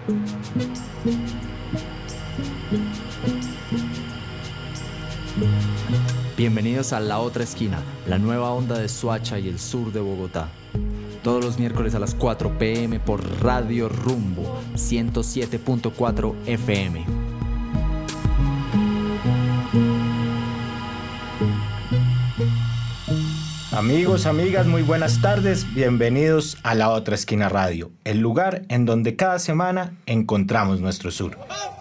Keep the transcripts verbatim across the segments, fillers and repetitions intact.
Bienvenidos a La Otra Esquina, la nueva onda de Soacha y el sur de Bogotá. Todos los miércoles a las cuatro pe eme por Radio Rumbo ciento siete punto cuatro efe eme. Amigos, amigas, muy buenas tardes. Bienvenidos a La Otra Esquina Radio, el lugar en donde cada semana encontramos nuestro sur.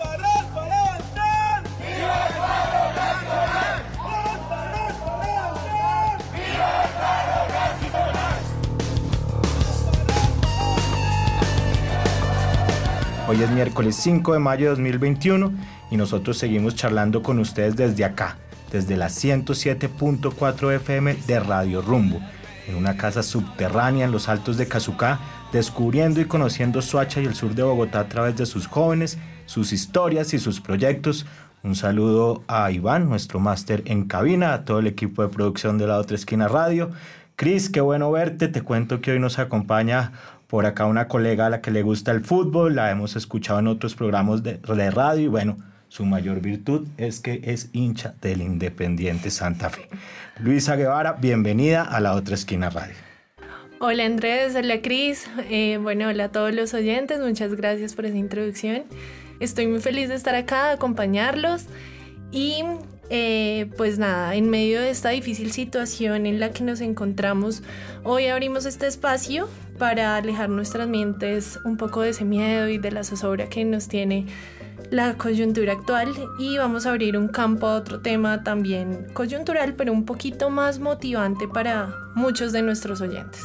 Hoy es miércoles cinco de mayo de dos mil veintiuno y nosotros seguimos charlando con ustedes desde acá, desde la ciento siete punto cuatro efe eme de Radio Rumbo, en una casa subterránea en los altos de Casucá, descubriendo y conociendo Soacha y el sur de Bogotá a través de sus jóvenes, sus historias y sus proyectos. Un saludo a Iván, nuestro máster en cabina, a todo el equipo de producción de La Otra Esquina Radio. Cris, qué bueno verte. Te cuento que hoy nos acompaña por acá una colega a la que le gusta el fútbol, la hemos escuchado en otros programas de, de radio y bueno, su mayor virtud es que es hincha del Independiente Santa Fe. Luisa Guevara, bienvenida a La Otra Esquina Radio. Hola Andrés, hola Cris, eh, bueno, hola a todos los oyentes, muchas gracias por esa introducción. Estoy muy feliz de estar acá, de acompañarlos y eh, pues nada, en medio de esta difícil situación en la que nos encontramos, hoy abrimos este espacio para alejar nuestras mentes un poco de ese miedo y de la zozobra que nos tiene la coyuntura actual y vamos a abrir un campo a otro tema también coyuntural, pero un poquito más motivante para muchos de nuestros oyentes.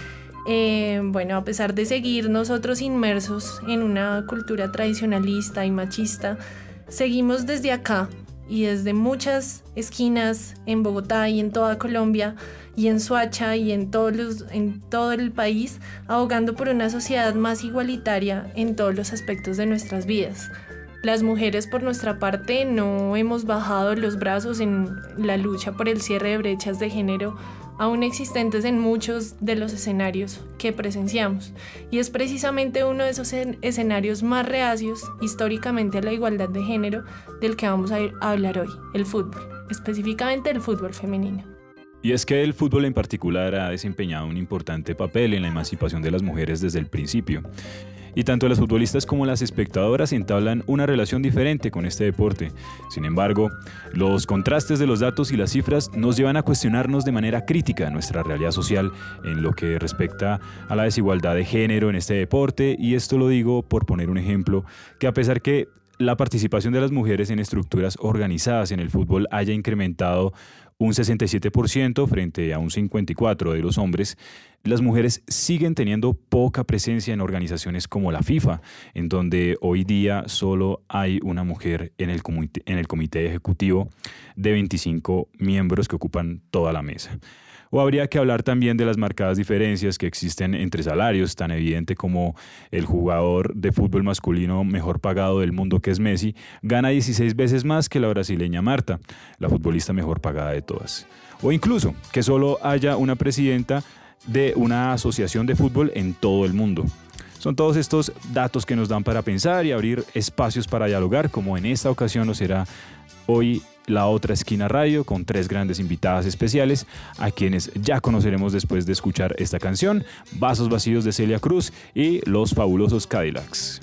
Eh, bueno, a pesar de seguir nosotros inmersos en una cultura tradicionalista y machista, seguimos desde acá y desde muchas esquinas en Bogotá y en toda Colombia y en Soacha y en, todos los, en todo el país, abogando por una sociedad más igualitaria en todos los aspectos de nuestras vidas. Las mujeres, por nuestra parte, no hemos bajado los brazos en la lucha por el cierre de brechas de género aún existentes en muchos de los escenarios que presenciamos. Y es precisamente uno de esos escenarios más reacios históricamente a la igualdad de género del que vamos a, ir a hablar hoy, el fútbol, específicamente el fútbol femenino. Y es que el fútbol en particular ha desempeñado un importante papel en la emancipación de las mujeres desde el principio. Y tanto las futbolistas como las espectadoras entablan una relación diferente con este deporte. Sin embargo, los contrastes de los datos y las cifras nos llevan a cuestionarnos de manera crítica nuestra realidad social en lo que respecta a la desigualdad de género en este deporte, y esto lo digo por poner un ejemplo, que a pesar que la participación de las mujeres en estructuras organizadas en el fútbol haya incrementado un sesenta y siete por ciento frente a un cincuenta y cuatro por ciento de los hombres, las mujeres siguen teniendo poca presencia en organizaciones como la FIFA, en donde hoy día solo hay una mujer en el comité, en el comité ejecutivo de veinticinco miembros que ocupan toda la mesa. O habría que hablar también de las marcadas diferencias que existen entre salarios, tan evidente como el jugador de fútbol masculino mejor pagado del mundo, que es Messi, gana dieciséis veces más que la brasileña Marta, la futbolista mejor pagada de todas. O incluso que solo haya una presidenta de una asociación de fútbol en todo el mundo. Son todos estos datos que nos dan para pensar y abrir espacios para dialogar, como en esta ocasión lo será hoy La Otra Esquina Radio, con tres grandes invitadas especiales, a quienes ya conoceremos después de escuchar esta canción, Vasos Vacíos de Celia Cruz y Los Fabulosos Cadillacs.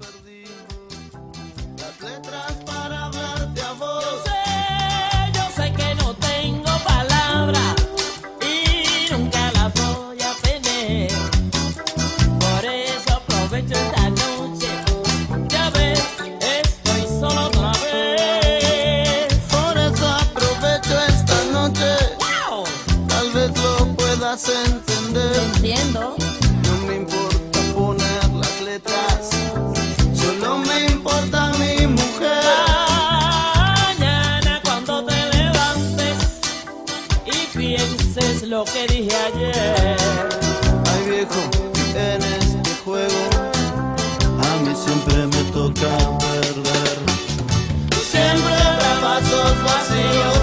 Entender. Entiendo. No me importa poner las letras, solo me importa mi mujer. Mañana cuando te levantes y pienses lo que dije ayer. Ay viejo, en este juego a mí siempre me toca perder. Siempre habrá vasos vacíos.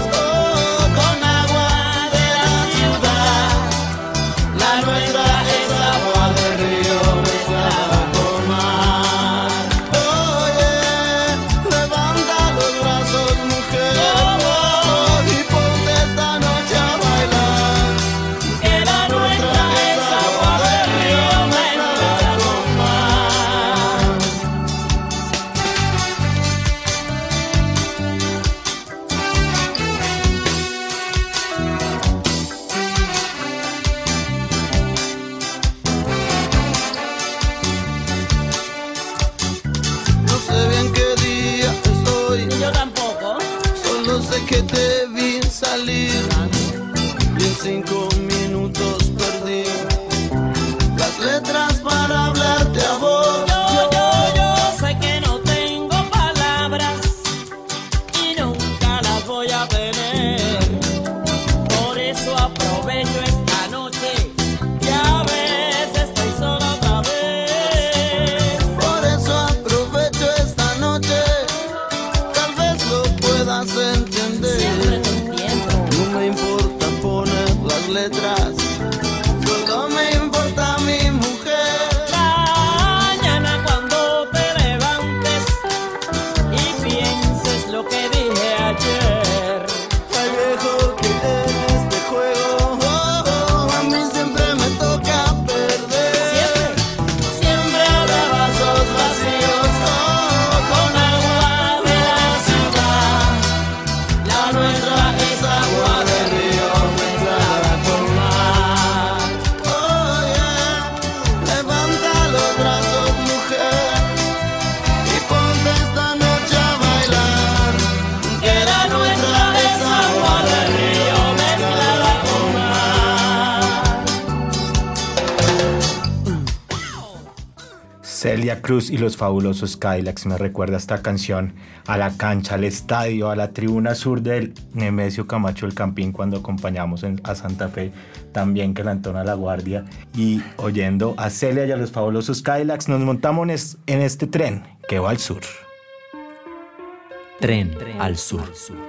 Nuestra es agua de río mezclada con mar. Celia Cruz y los fabulosos Cadillacs, me recuerda esta canción a la cancha, al estadio, a la tribuna sur del Nemesio Camacho el Campín cuando acompañamos en, a Santa Fe, también que la entona La Guardia. Y oyendo a Celia y a los fabulosos Cadillacs nos montamos en este tren que va al sur. Tren al sur.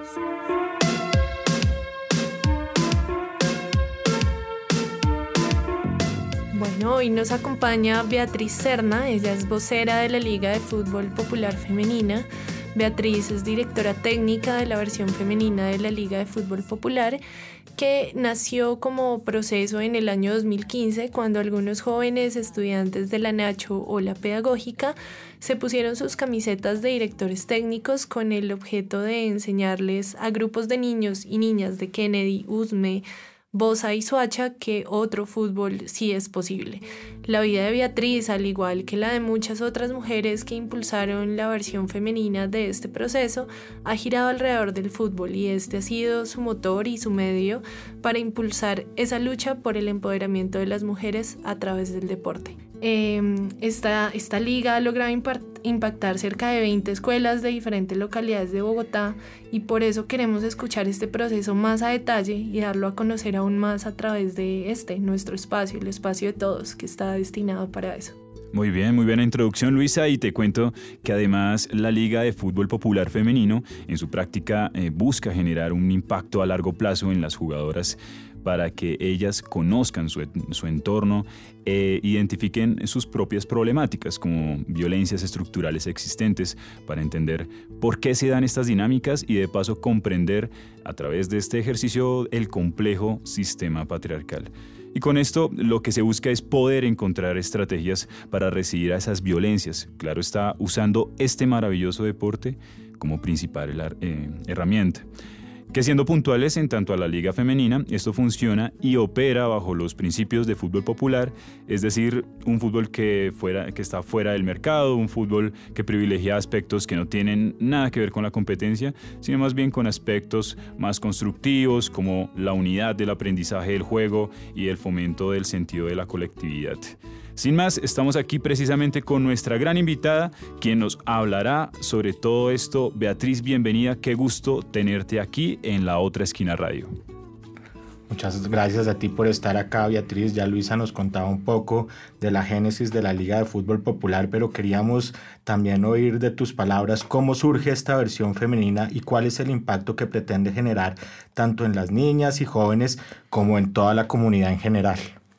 Bueno, hoy nos acompaña Beatriz Serna, ella es vocera de la Liga de Fútbol Popular Femenina. Beatriz es directora técnica de la versión femenina de la Liga de Fútbol Popular, que nació como proceso en el año dos mil quince, cuando algunos jóvenes estudiantes de la Nacho o la Pedagógica se pusieron sus camisetas de directores técnicos con el objeto de enseñarles a grupos de niños y niñas de Kennedy, Usme, Bosa y Soacha que otro fútbol sí es posible. La vida de Beatriz, al igual que la de muchas otras mujeres que impulsaron la versión femenina de este proceso, ha girado alrededor del fútbol y este ha sido su motor y su medio para impulsar esa lucha por el empoderamiento de las mujeres a través del deporte. Eh, esta, esta liga ha logrado impactar cerca de veinte escuelas de diferentes localidades de Bogotá y por eso queremos escuchar este proceso más a detalle y darlo a conocer aún más a través de este, nuestro espacio, el espacio de todos, que está destinado para eso. Muy bien, muy buena introducción, Luisa, y te cuento que además la Liga de Fútbol Popular Femenino en su práctica eh, busca generar un impacto a largo plazo en las jugadoras para que ellas conozcan su, su entorno e identifiquen sus propias problemáticas como violencias estructurales existentes para entender por qué se dan estas dinámicas y de paso comprender a través de este ejercicio el complejo sistema patriarcal. Y con esto lo que se busca es poder encontrar estrategias para recibir a esas violencias, claro está, usando este maravilloso deporte como principal eh, herramienta. Que siendo puntuales en tanto a la liga femenina, esto funciona y opera bajo los principios de fútbol popular, es decir, un fútbol que, fuera, que está fuera del mercado, un fútbol que privilegia aspectos que no tienen nada que ver con la competencia, sino más bien con aspectos más constructivos como la unidad del aprendizaje del juego y el fomento del sentido de la colectividad. Sin más, estamos aquí precisamente con nuestra gran invitada, quien nos hablará sobre todo esto. Beatriz, bienvenida, qué gusto tenerte aquí en La Otra Esquina Radio. Muchas gracias a ti por estar acá, Beatriz. Ya Luisa nos contaba un poco de la génesis de la Liga de Fútbol Popular, pero queríamos también oír de tus palabras cómo surge esta versión femenina y cuál es el impacto que pretende generar tanto en las niñas y jóvenes como en toda la comunidad en general.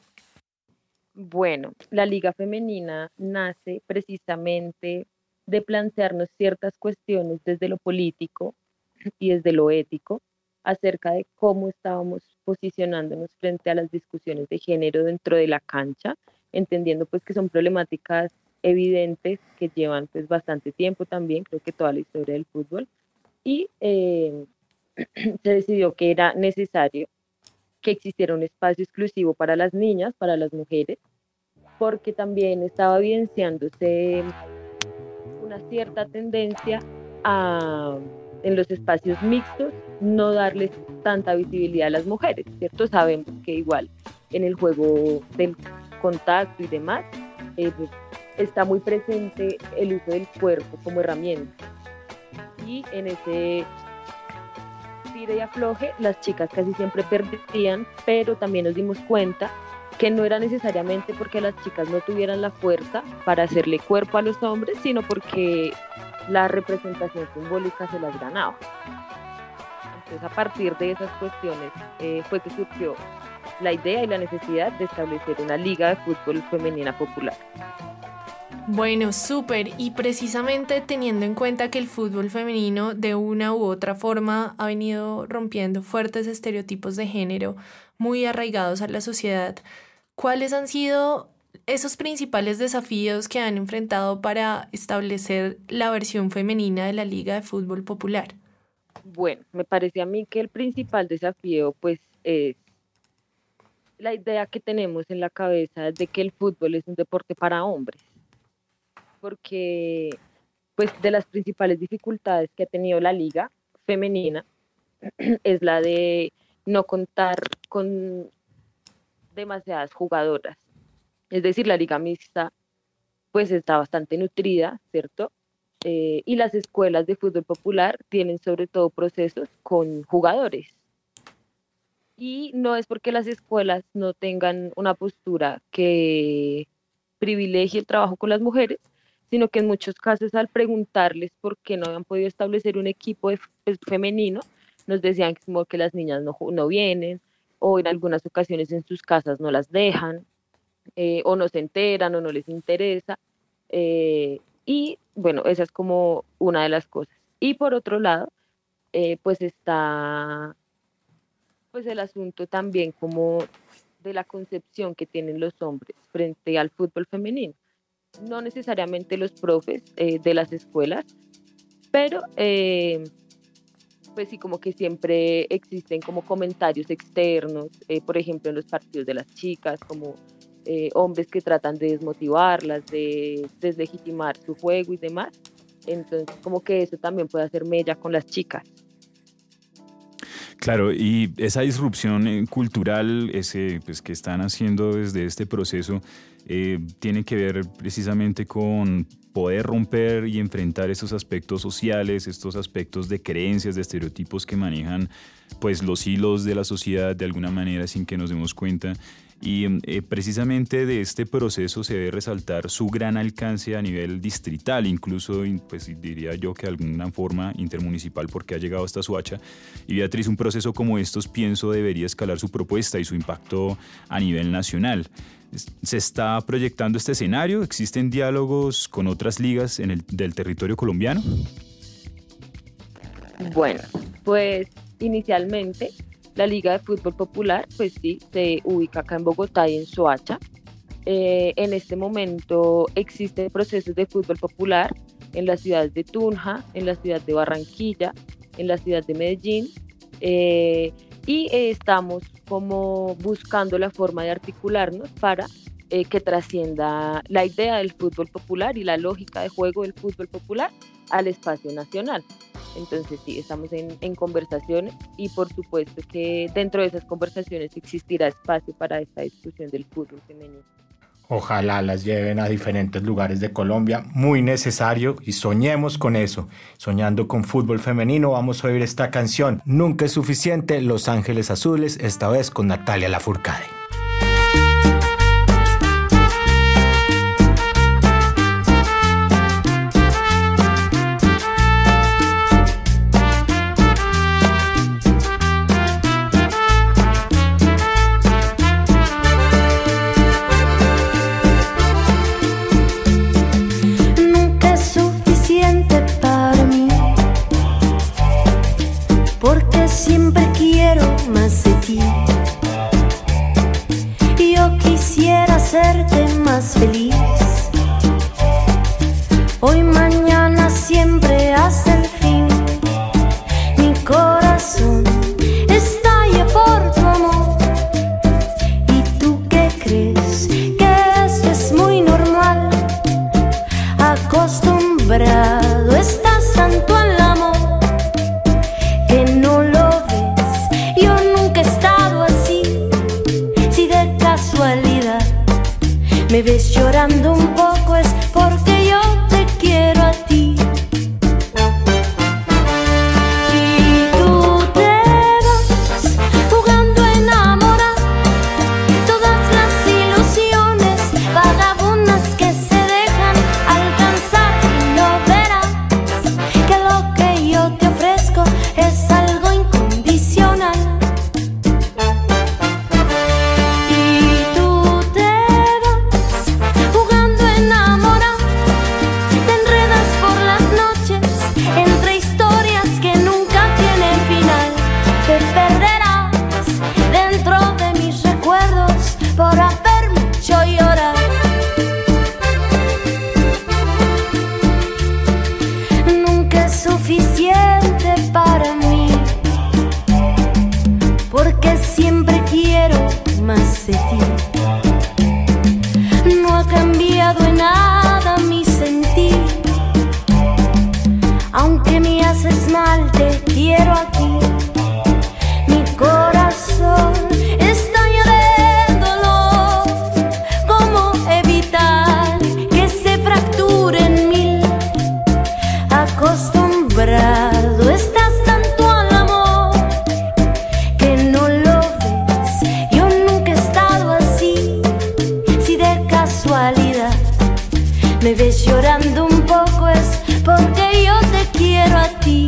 Bueno, la Liga Femenina nace precisamente de plantearnos ciertas cuestiones desde lo político y desde lo ético acerca de cómo estábamos posicionándonos frente a las discusiones de género dentro de la cancha, entendiendo pues que son problemáticas evidentes que llevan pues bastante tiempo también, creo que toda la historia del fútbol, y eh, se decidió que era necesario que existiera un espacio exclusivo para las niñas, para las mujeres, porque también estaba evidenciándose una cierta tendencia a, en los espacios mixtos, no darles tanta visibilidad a las mujeres, ¿cierto? Sabemos que igual en el juego del contacto y demás, eh, pues, está muy presente el uso del cuerpo como herramienta. Y en ese tire y afloje, las chicas casi siempre perdían, pero también nos dimos cuenta que no era necesariamente porque las chicas no tuvieran la fuerza para hacerle cuerpo a los hombres, sino porque la representación simbólica se las ganaba. Entonces, a partir de esas cuestiones eh, fue que surgió la idea y la necesidad de establecer una liga de fútbol femenina popular. Bueno, súper, y precisamente teniendo en cuenta que el fútbol femenino de una u otra forma ha venido rompiendo fuertes estereotipos de género muy arraigados a la sociedad, ¿cuáles han sido esos principales desafíos que han enfrentado para establecer la versión femenina de la Liga de Fútbol Popular? Bueno, me parece a mí que el principal desafío pues es la idea que tenemos en la cabeza de que el fútbol es un deporte para hombres, porque pues de las principales dificultades que ha tenido la liga femenina es la de no contar con demasiadas jugadoras. Es decir, la liga mixta pues está bastante nutrida, ¿cierto? Eh, y las escuelas de fútbol popular tienen sobre todo procesos con jugadores. Y no es porque las escuelas no tengan una postura que privilegie el trabajo con las mujeres, sino que en muchos casos al preguntarles por qué no habían podido establecer un equipo de, pues, femenino, nos decían que, como que las niñas no, no vienen, o en algunas ocasiones en sus casas no las dejan, eh, o no se enteran o no les interesa. Eh, y bueno, esa es como una de las cosas. Y por otro lado, eh, pues está pues el asunto también como de la concepción que tienen los hombres frente al fútbol femenino. No necesariamente los profes eh, de las escuelas, pero eh, pues sí, como que siempre existen como comentarios externos, eh, por ejemplo en los partidos de las chicas, como eh, hombres que tratan de desmotivarlas, de deslegitimar su juego y demás. Entonces como que eso también puede hacer mella con las chicas. Claro, y esa disrupción cultural ese, pues, que están haciendo desde este proceso eh, tiene que ver precisamente con poder romper y enfrentar esos aspectos sociales, estos aspectos de creencias, de estereotipos que manejan pues, los hilos de la sociedad de alguna manera sin que nos demos cuenta. Y eh, precisamente de este proceso se debe resaltar su gran alcance a nivel distrital, incluso pues, diría yo que de alguna forma intermunicipal, porque ha llegado hasta Soacha. Y Beatriz, un proceso como estos pienso debería escalar su propuesta y su impacto a nivel nacional. ¿Se está proyectando este escenario? ¿Existen diálogos con otras ligas en el, del territorio colombiano? Bueno, pues inicialmente la Liga de Fútbol Popular, pues sí, se ubica acá en Bogotá y en Soacha. Eh, en este momento existen procesos de fútbol popular en las ciudades de Tunja, en la ciudad de Barranquilla, en la ciudad de Medellín, eh, y eh, estamos como buscando la forma de articularnos para eh, que trascienda la idea del fútbol popular y la lógica de juego del fútbol popular al espacio nacional. Entonces sí, estamos en, en conversaciones y por supuesto que dentro de esas conversaciones existirá espacio para esta discusión del fútbol femenino. Ojalá las lleven a diferentes lugares de Colombia, muy necesario, y soñemos con eso. Soñando con fútbol femenino, vamos a oír esta canción, Nunca es suficiente, Los Ángeles Azules, esta vez con Natalia Lafourcade. Siempre quiero más de ti. Yo quisiera hacerte más feliz. Hoy, mañana, siempre hasta el fin. Mi corazón estalla por tu amor. ¿Y tú qué crees? Que esto es muy normal. Acostumbrado estás tanto al amor que no lo me ves llorando un poco, es porque yo te quiero a ti. Y tú te vas jugando a enamorar todas las ilusiones vagabundas que se dejan alcanzar. Y no verás que lo que yo te ofrezco es algo incondicional. Y tú te vas jugando en me ves llorando un poco es porque yo te quiero a ti.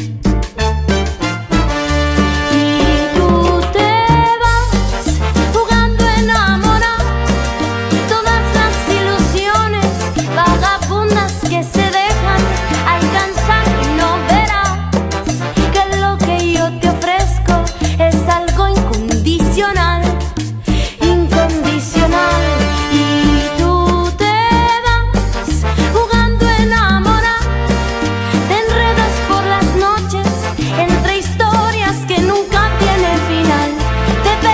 Y tú te vas jugando a enamorar todas las ilusiones vagabundas que se dejan alcanzar y no verás que lo que yo te ofrezco es algo incondicional, incondicional. Y tú te vas jugando a enamorar, te enredas por las noches entre historias que nunca tienen final, te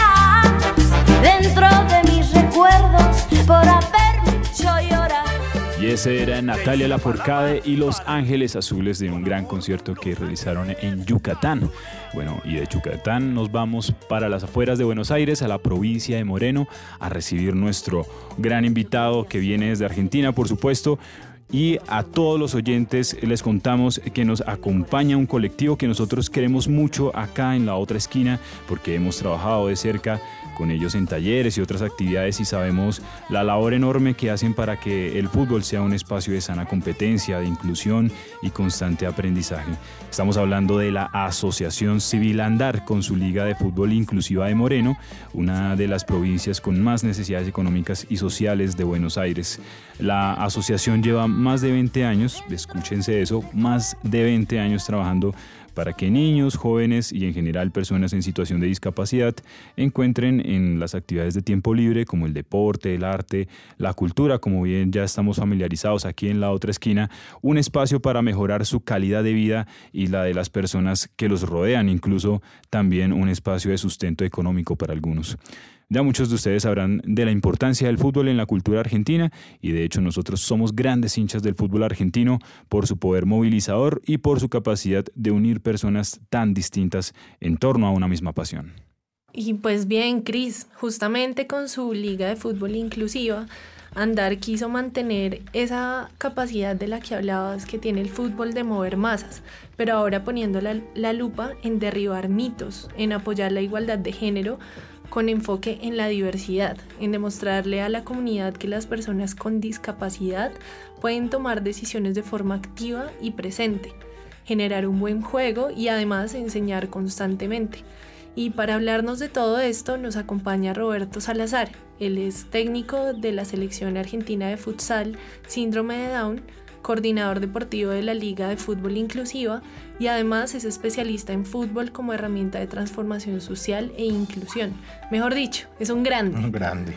perderás dentro de mis recuerdos por haberme hecho llorar. Y ese era Natalia Lafourcade y Los Ángeles Azules, de un gran concierto que realizaron en Yucatán. Bueno, y de Yucatán nos vamos para las afueras de Buenos Aires, a la provincia de Moreno, a recibir nuestro gran invitado que viene desde Argentina, por supuesto. Y a todos los oyentes les contamos que nos acompaña un colectivo que nosotros queremos mucho acá en La Otra Esquina, porque hemos trabajado de cerca con ellos en talleres y otras actividades y sabemos la labor enorme que hacen para que el fútbol sea un espacio de sana competencia, de inclusión y constante aprendizaje. Estamos hablando de la Asociación Civil Andar, con su Liga de Fútbol Inclusiva de Moreno, una de las provincias con más necesidades económicas y sociales de Buenos Aires. La asociación lleva más de veinte años, escúchense eso, más de veinte años trabajando para que niños, jóvenes y en general personas en situación de discapacidad encuentren en las actividades de tiempo libre como el deporte, el arte, la cultura, como bien ya estamos familiarizados aquí en La Otra Esquina, un espacio para mejorar su calidad de vida y la de las personas que los rodean, incluso también un espacio de sustento económico para algunos. Ya muchos de ustedes sabrán de la importancia del fútbol en la cultura argentina y de hecho nosotros somos grandes hinchas del fútbol argentino por su poder movilizador y por su capacidad de unir personas tan distintas en torno a una misma pasión. Y pues bien, Cris, justamente con su Liga de Fútbol Inclusiva, Andar quiso mantener esa capacidad de la que hablabas que tiene el fútbol de mover masas, pero ahora poniendo la, la lupa en derribar mitos, en apoyar la igualdad de género, con enfoque en la diversidad, en demostrarle a la comunidad que las personas con discapacidad pueden tomar decisiones de forma activa y presente, generar un buen juego y además enseñar constantemente. Y para hablarnos de todo esto nos acompaña Roberto Salazar. Él es técnico de la selección argentina de futsal síndrome de Down, coordinador deportivo de la Liga de Fútbol Inclusiva y además es especialista en fútbol como herramienta de transformación social e inclusión. Mejor dicho, es un grande. Un grande.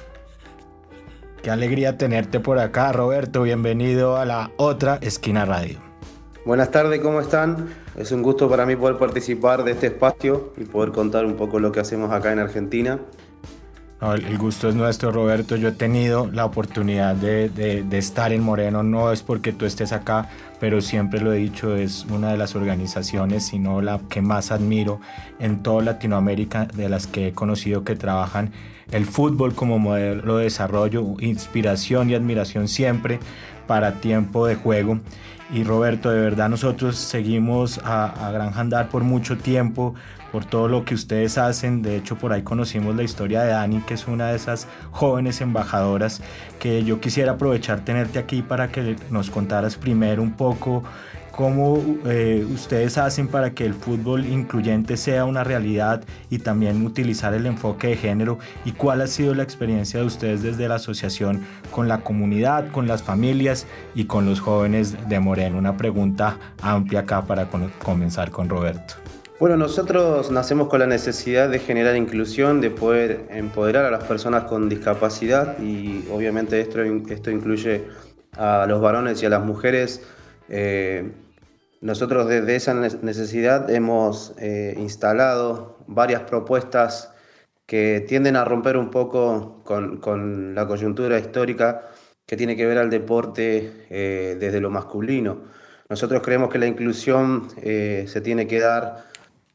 Qué alegría tenerte por acá, Roberto. Bienvenido a La Otra Esquina Radio. Buenas tardes, ¿cómo están? Es un gusto para mí poder participar de este espacio y poder contar un poco lo que hacemos acá en Argentina. No, el gusto es nuestro, Roberto. Yo he tenido la oportunidad de, de, de estar en Moreno, no es porque tú estés acá, pero siempre lo he dicho, es una de las organizaciones, si no la que más admiro en toda Latinoamérica, de las que he conocido que trabajan el fútbol como modelo de desarrollo, inspiración y admiración siempre para tiempo de juego. Y Roberto, de verdad nosotros seguimos a, a Granja Andar por mucho tiempo, por todo lo que ustedes hacen. De hecho, por ahí conocimos la historia de Dani, que es una de esas jóvenes embajadoras, que yo quisiera aprovechar tenerte aquí para que nos contaras primero un poco cómo eh, ustedes hacen para que el fútbol incluyente sea una realidad y también utilizar el enfoque de género, y cuál ha sido la experiencia de ustedes desde la asociación con la comunidad, con las familias y con los jóvenes de Moreno. Una pregunta amplia acá para con- comenzar con Roberto. Bueno, nosotros nacemos con la necesidad de generar inclusión, de poder empoderar a las personas con discapacidad y obviamente esto, esto incluye a los varones y a las mujeres. Eh, nosotros desde esa necesidad hemos eh, instalado varias propuestas que tienden a romper un poco con, con la coyuntura histórica que tiene que ver al deporte eh, desde lo masculino. Nosotros creemos que la inclusión eh, se tiene que dar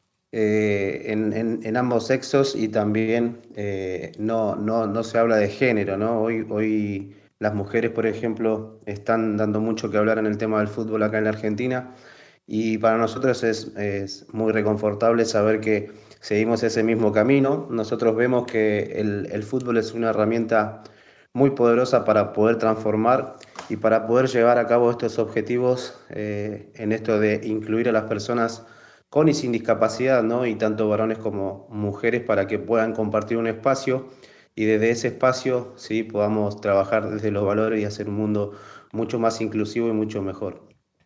Eh, en, en, en ambos sexos y también eh, no, no, no se habla de género, ¿no? Hoy, hoy las mujeres, por ejemplo, están dando mucho que hablar en el tema del fútbol acá en la Argentina y para nosotros es, es muy reconfortable saber que seguimos ese mismo camino. Nosotros vemos que el, el fútbol es una herramienta muy poderosa para poder transformar y para poder llevar a cabo estos objetivos eh, en esto de incluir a las personas con y sin discapacidad, ¿no? Y tanto varones como mujeres para que puedan compartir un espacio y desde ese espacio sí podamos trabajar desde los valores y hacer un mundo mucho más inclusivo y mucho mejor.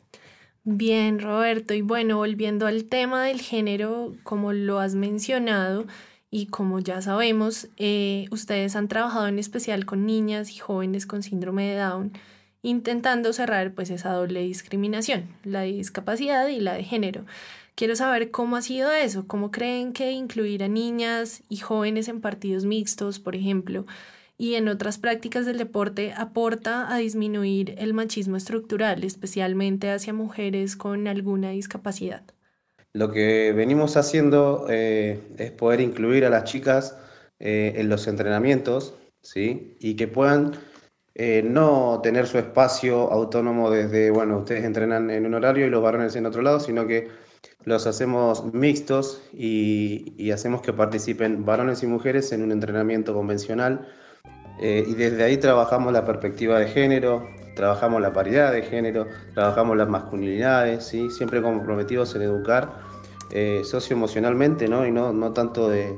Bien, Roberto. Y bueno, volviendo al tema del género, como lo has mencionado y como ya sabemos, eh, ustedes han trabajado en especial con niñas y jóvenes con síndrome de Down, intentando cerrar pues esa doble discriminación, la de discapacidad y la de género. Quiero saber cómo ha sido eso, cómo creen que incluir a niñas y jóvenes en partidos mixtos, por ejemplo, y en otras prácticas del deporte aporta a disminuir el machismo estructural, especialmente hacia mujeres con alguna discapacidad. Lo que venimos haciendo eh, es poder incluir a las chicas eh, en los entrenamientos, ¿sí? Y que puedan eh, no tener su espacio autónomo desde, bueno, ustedes entrenan en un horario y los varones en otro lado, sino que los hacemos mixtos y, y hacemos que participen varones y mujeres en un entrenamiento convencional. Eh, y desde ahí trabajamos la perspectiva de género, trabajamos la paridad de género, trabajamos las masculinidades, ¿sí? Siempre comprometidos en educar eh, socioemocionalmente, ¿no? Y no, no tanto de,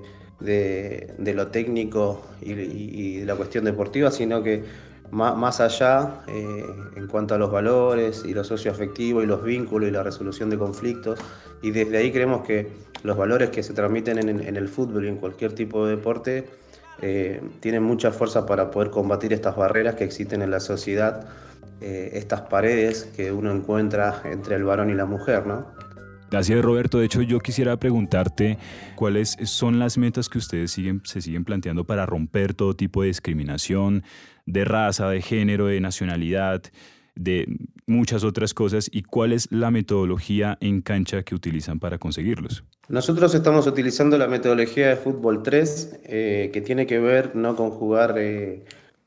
de, de lo técnico y, y, y de la cuestión deportiva, sino que más, más allá eh, en cuanto a los valores y lo socioafectivo y los vínculos y la resolución de conflictos. Y desde ahí creemos que los valores que se transmiten en, en el fútbol y en cualquier tipo de deporte Eh, tienen mucha fuerza para poder combatir estas barreras que existen en la sociedad, eh, estas paredes que uno encuentra entre el varón y la mujer, ¿no? Gracias, Roberto. De hecho, yo quisiera preguntarte cuáles son las metas que ustedes siguen, se siguen planteando para romper todo tipo de discriminación, de raza, de género, de nacionalidad, de muchas otras cosas, y cuál es la metodología en cancha que utilizan para conseguirlos. Nosotros estamos utilizando la metodología de fútbol tres, eh, que tiene que ver no con jugar eh,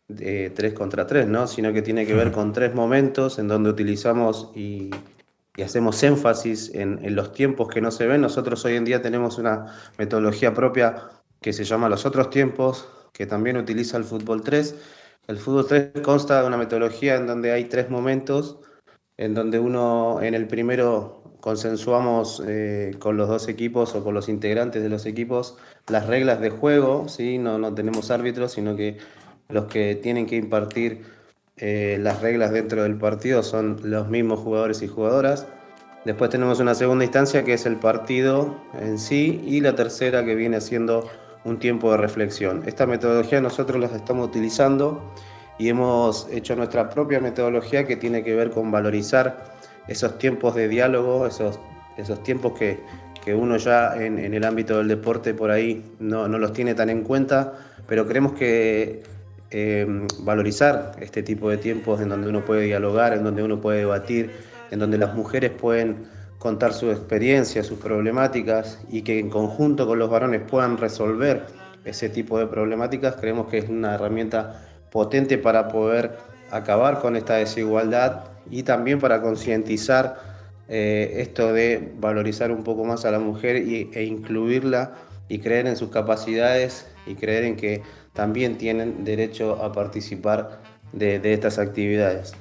de tres contra tres, ¿no? Sino que tiene que ver con tres momentos en donde utilizamos y, y hacemos énfasis en, en los tiempos que no se ven. Nosotros hoy en día tenemos una metodología propia que se llama Los Otros Tiempos, que también utiliza el fútbol tres. El fútbol tres consta de una metodología en donde hay tres momentos, en donde uno en el primero consensuamos eh, con los dos equipos o con los integrantes de los equipos las reglas de juego, ¿sí? No, no tenemos árbitros, sino que los que tienen que impartir eh, las reglas dentro del partido son los mismos jugadores y jugadoras. Después tenemos una segunda instancia que es el partido en sí, y la tercera que viene siendo un tiempo de reflexión. Esta metodología nosotros la estamos utilizando y hemos hecho nuestra propia metodología que tiene que ver con valorizar esos tiempos de diálogo, esos, esos tiempos que, que uno ya en, en el ámbito del deporte por ahí no, no los tiene tan en cuenta, pero creemos que eh, valorizar este tipo de tiempos en donde uno puede dialogar, en donde uno puede debatir, en donde las mujeres pueden contar su experiencia, sus problemáticas, y que en conjunto con los varones puedan resolver ese tipo de problemáticas, creemos que es una herramienta potente para poder acabar con esta desigualdad y también para concientizar eh, esto de valorizar un poco más a la mujer y, e incluirla y creer en sus capacidades y creer en que también tienen derecho a participar de, de estas actividades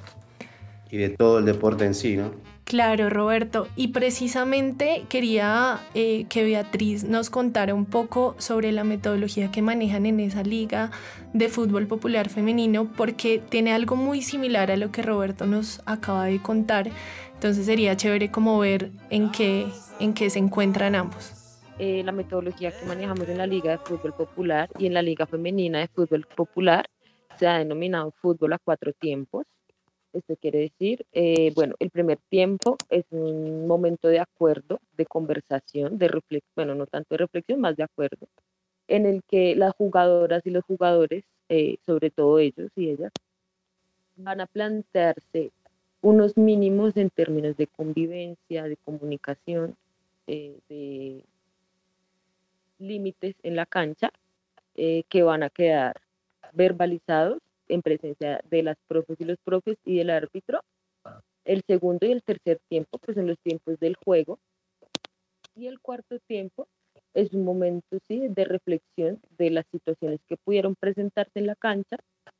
y de todo el deporte en sí, ¿no? Claro, Roberto. Y precisamente quería eh, que Beatriz nos contara un poco sobre la metodología que manejan en esa liga de fútbol popular femenino, porque tiene algo muy similar a lo que Roberto nos acaba de contar. Entonces sería chévere como ver en qué, en qué se encuentran ambos. Eh, la metodología que manejamos en la liga de fútbol popular y en la liga femenina de fútbol popular se ha denominado fútbol a cuatro tiempos. Esto quiere decir, eh, bueno, el primer tiempo es un momento de acuerdo, de conversación, de reflexión, bueno, no tanto de reflexión, más de acuerdo, en el que las jugadoras y los jugadores, eh, sobre todo ellos y ellas, van a plantearse unos mínimos en términos de convivencia, de comunicación, eh, de límites en la cancha, eh, que van a quedar verbalizados en presencia de las profes y los profes y del árbitro. El segundo y el tercer tiempo pues son los tiempos del juego, y el cuarto tiempo es un momento, sí, de reflexión de las situaciones que pudieron presentarse en la cancha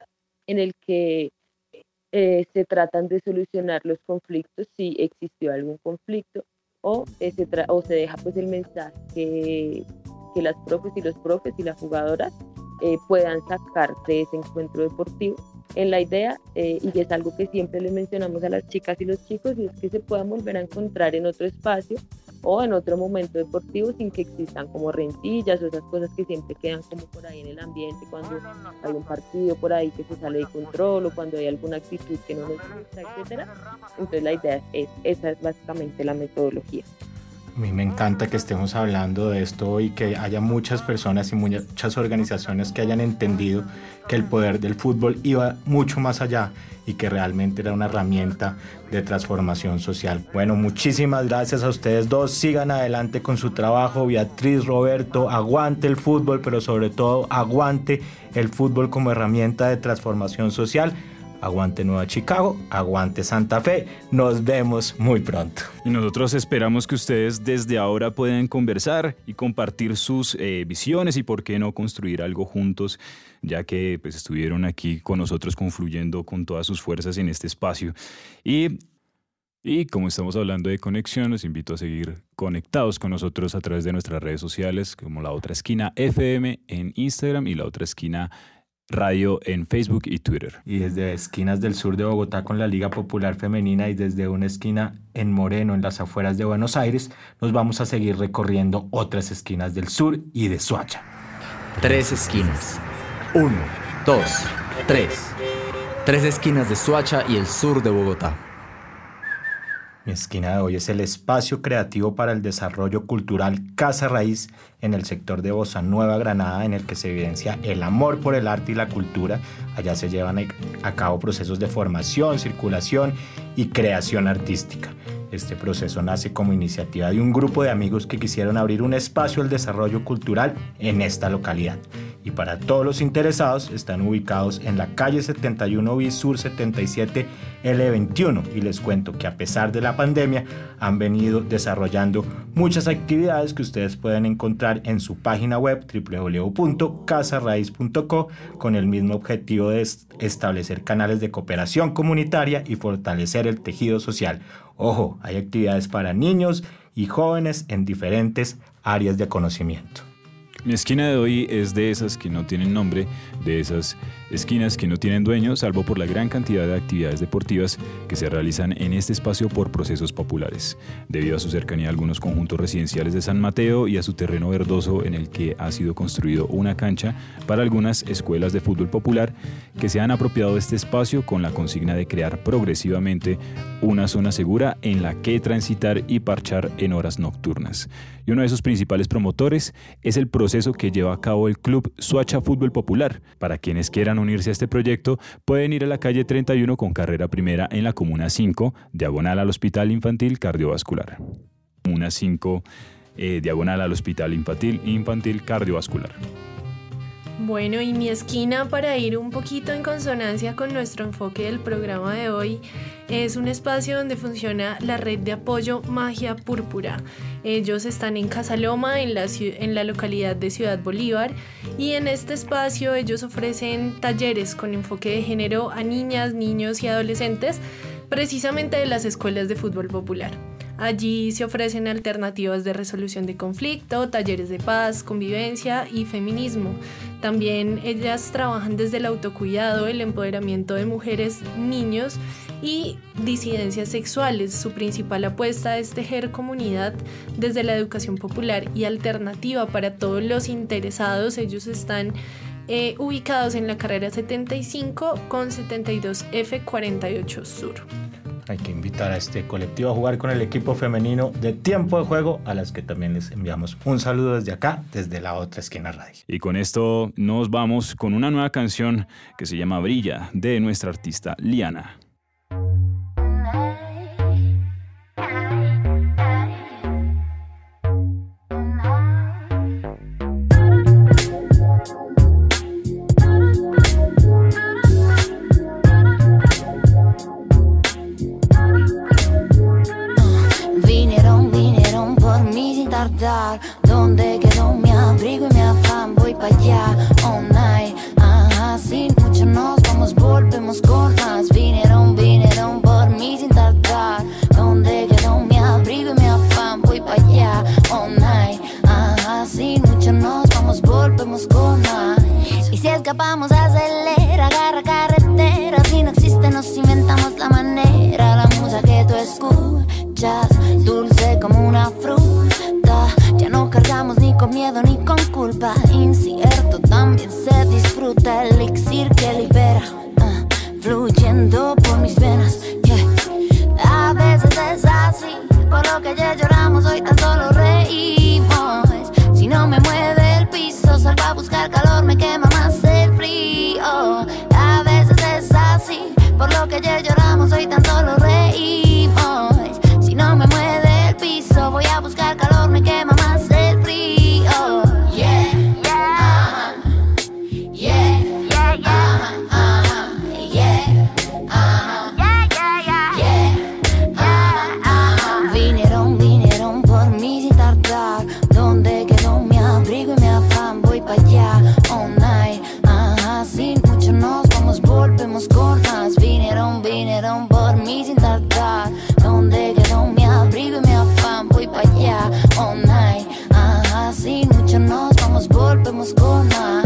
en el que eh, se tratan de solucionar los conflictos si existió algún conflicto, o, eh, se, tra- o se deja pues el mensaje que, que las profes y los profes y las jugadoras eh, puedan sacar de ese encuentro deportivo en la idea, eh, y es algo que siempre les mencionamos a las chicas y los chicos, y es que se puedan volver a encontrar en otro espacio o en otro momento deportivo sin que existan como rencillas o esas cosas que siempre quedan como por ahí en el ambiente cuando hay un partido por ahí que se sale de control o cuando hay alguna actitud que no nos gusta, etcétera. Entonces la idea es, esa es básicamente la metodología. A mí me encanta que estemos hablando de esto y que haya muchas personas y muchas organizaciones que hayan entendido que el poder del fútbol iba mucho más allá y que realmente era una herramienta de transformación social. Bueno, muchísimas gracias a ustedes dos. Sigan adelante con su trabajo. Beatriz, Roberto, aguante el fútbol, pero sobre todo aguante el fútbol como herramienta de transformación social. Aguante Nueva Chicago, aguante Santa Fe, nos vemos muy pronto. Y nosotros esperamos que ustedes desde ahora puedan conversar y compartir sus eh, visiones y por qué no construir algo juntos, ya que pues, estuvieron aquí con nosotros confluyendo con todas sus fuerzas en este espacio. Y, y como estamos hablando de conexión, los invito a seguir conectados con nosotros a través de nuestras redes sociales, como La Otra Esquina F M en Instagram y La Otra Esquina Radio en Facebook y Twitter. Y desde esquinas del sur de Bogotá con la Liga Popular Femenina y desde una esquina en Moreno, en las afueras de Buenos Aires, nos vamos a seguir recorriendo otras esquinas del sur y de Soacha. Tres esquinas. Uno, dos, tres. Tres esquinas de Soacha y el sur de Bogotá. Mi esquina de hoy es el espacio creativo para el desarrollo cultural Casa Raíz en el sector de Bossa Nueva, Granada, en el que se evidencia el amor por el arte y la cultura. Allá se llevan a cabo procesos de formación, circulación y creación artística. Este proceso nace como iniciativa de un grupo de amigos que quisieron abrir un espacio al desarrollo cultural en esta localidad. Y para todos los interesados están ubicados en la calle setenta y uno bis sur setenta y siete L veintiuno, y les cuento que a pesar de la pandemia han venido desarrollando muchas actividades que ustedes pueden encontrar en su página web doble u doble u doble u punto casa raíz punto co, con el mismo objetivo de establecer canales de cooperación comunitaria y fortalecer el tejido social. Ojo, hay actividades para niños y jóvenes en diferentes áreas de conocimiento. Mi esquina de hoy es de esas que no tienen nombre, de esas esquinas que no tienen dueño, salvo por la gran cantidad de actividades deportivas que se realizan en este espacio por procesos populares, debido a su cercanía a algunos conjuntos residenciales de San Mateo y a su terreno verdoso en el que ha sido construido una cancha para algunas escuelas de fútbol popular que se han apropiado de este espacio con la consigna de crear progresivamente una zona segura en la que transitar y parchar en horas nocturnas. Y uno de sus principales promotores es el proceso que lleva a cabo el Club Soacha Fútbol Popular. Para quienes quieran unirse a este proyecto, pueden ir a la calle treinta y uno con carrera primera en la Comuna cinco, diagonal al Hospital Infantil Cardiovascular. Comuna cinco, eh, diagonal al Hospital Infantil, Infantil Cardiovascular. Bueno, y mi esquina, para ir un poquito en consonancia con nuestro enfoque del programa de hoy, es un espacio donde funciona la red de apoyo Magia Púrpura. Ellos están en Casaloma, en la, en la localidad de Ciudad Bolívar, y en este espacio ellos ofrecen talleres con enfoque de género a niñas, niños y adolescentes, precisamente de las escuelas de fútbol popular. Allí se ofrecen alternativas de resolución de conflicto, talleres de paz, convivencia y feminismo. También ellas trabajan desde el autocuidado, el empoderamiento de mujeres, niños y disidencias sexuales. Su principal apuesta es tejer comunidad desde la educación popular y alternativa para todos los interesados. Ellos están eh, ubicados en la carrera setenta y cinco con setenta y dos F cuarenta y ocho Sur. Hay que invitar a este colectivo a jugar con el equipo femenino de Tiempo de Juego, a las que también les enviamos un saludo desde acá, desde La Otra Esquina Radio. Y con esto nos vamos con una nueva canción que se llama Brilla, de nuestra artista Liana. Donde quedó mi abrigo y mi afán, voy para allá, all night, ajá, sin mucho nos vamos a volver. fuego por mis venas, yeah. A veces es así, por lo que ayer lloramos, hoy tan solo reímos. Si no me mueve el piso, salgo a buscar calor, me quema más el frío. A veces es así, por lo que ayer lloramos, hoy tan solo reímos. Si no me mueve el piso, voy a buscar calor, me quema más el frío. Yeah, yeah, uh-huh. Yeah, yeah, yeah, uh-huh. Yeah, uh-huh. Yeah, yeah, yeah, yeah, uh-huh. Vinieron, vinieron por mí sin tardar. ¿Dónde quedó mi abrigo y mi afán? Voy pa' allá, all night, uh-huh. Sin mucho nos vamos, volvemos con más. Vinieron, vinieron por mí sin tardar. ¿Dónde quedó mi abrigo y mi afán? Voy pa' allá, all night, uh-huh. Sin mucho nos vamos, volvemos con más.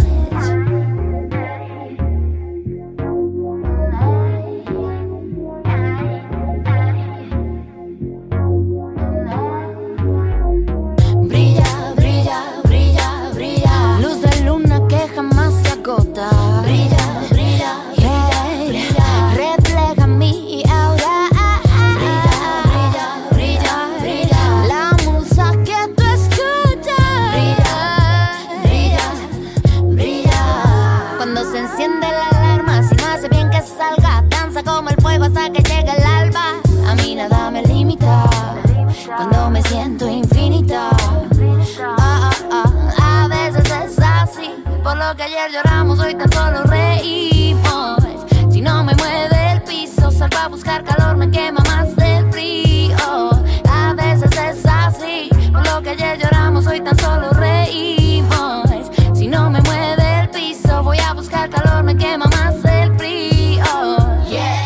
Brilla, brilla, brilla, brilla. Luz de luna que jamás se agota. Brilla, brilla, brilla, brilla. Refleja mi aura. Brilla, brilla, brilla, brilla. La musa que tú escuchas. Brilla, brilla, brilla. Cuando se enciende la alarma, si no hace bien que salga, danza como el fuego hasta que llegue el alba. A mí nada me limita cuando me siento infinita. Ah, ah, ah. A veces es así, por lo que ayer lloramos, hoy tan solo reímos. Si no me mueve el piso, salgo a buscar calor, me quema más del frío. A veces es así, por lo que ayer lloramos, hoy tan solo reímos. Si no me mueve el piso, voy a buscar calor, me quema más del frío. Yeah.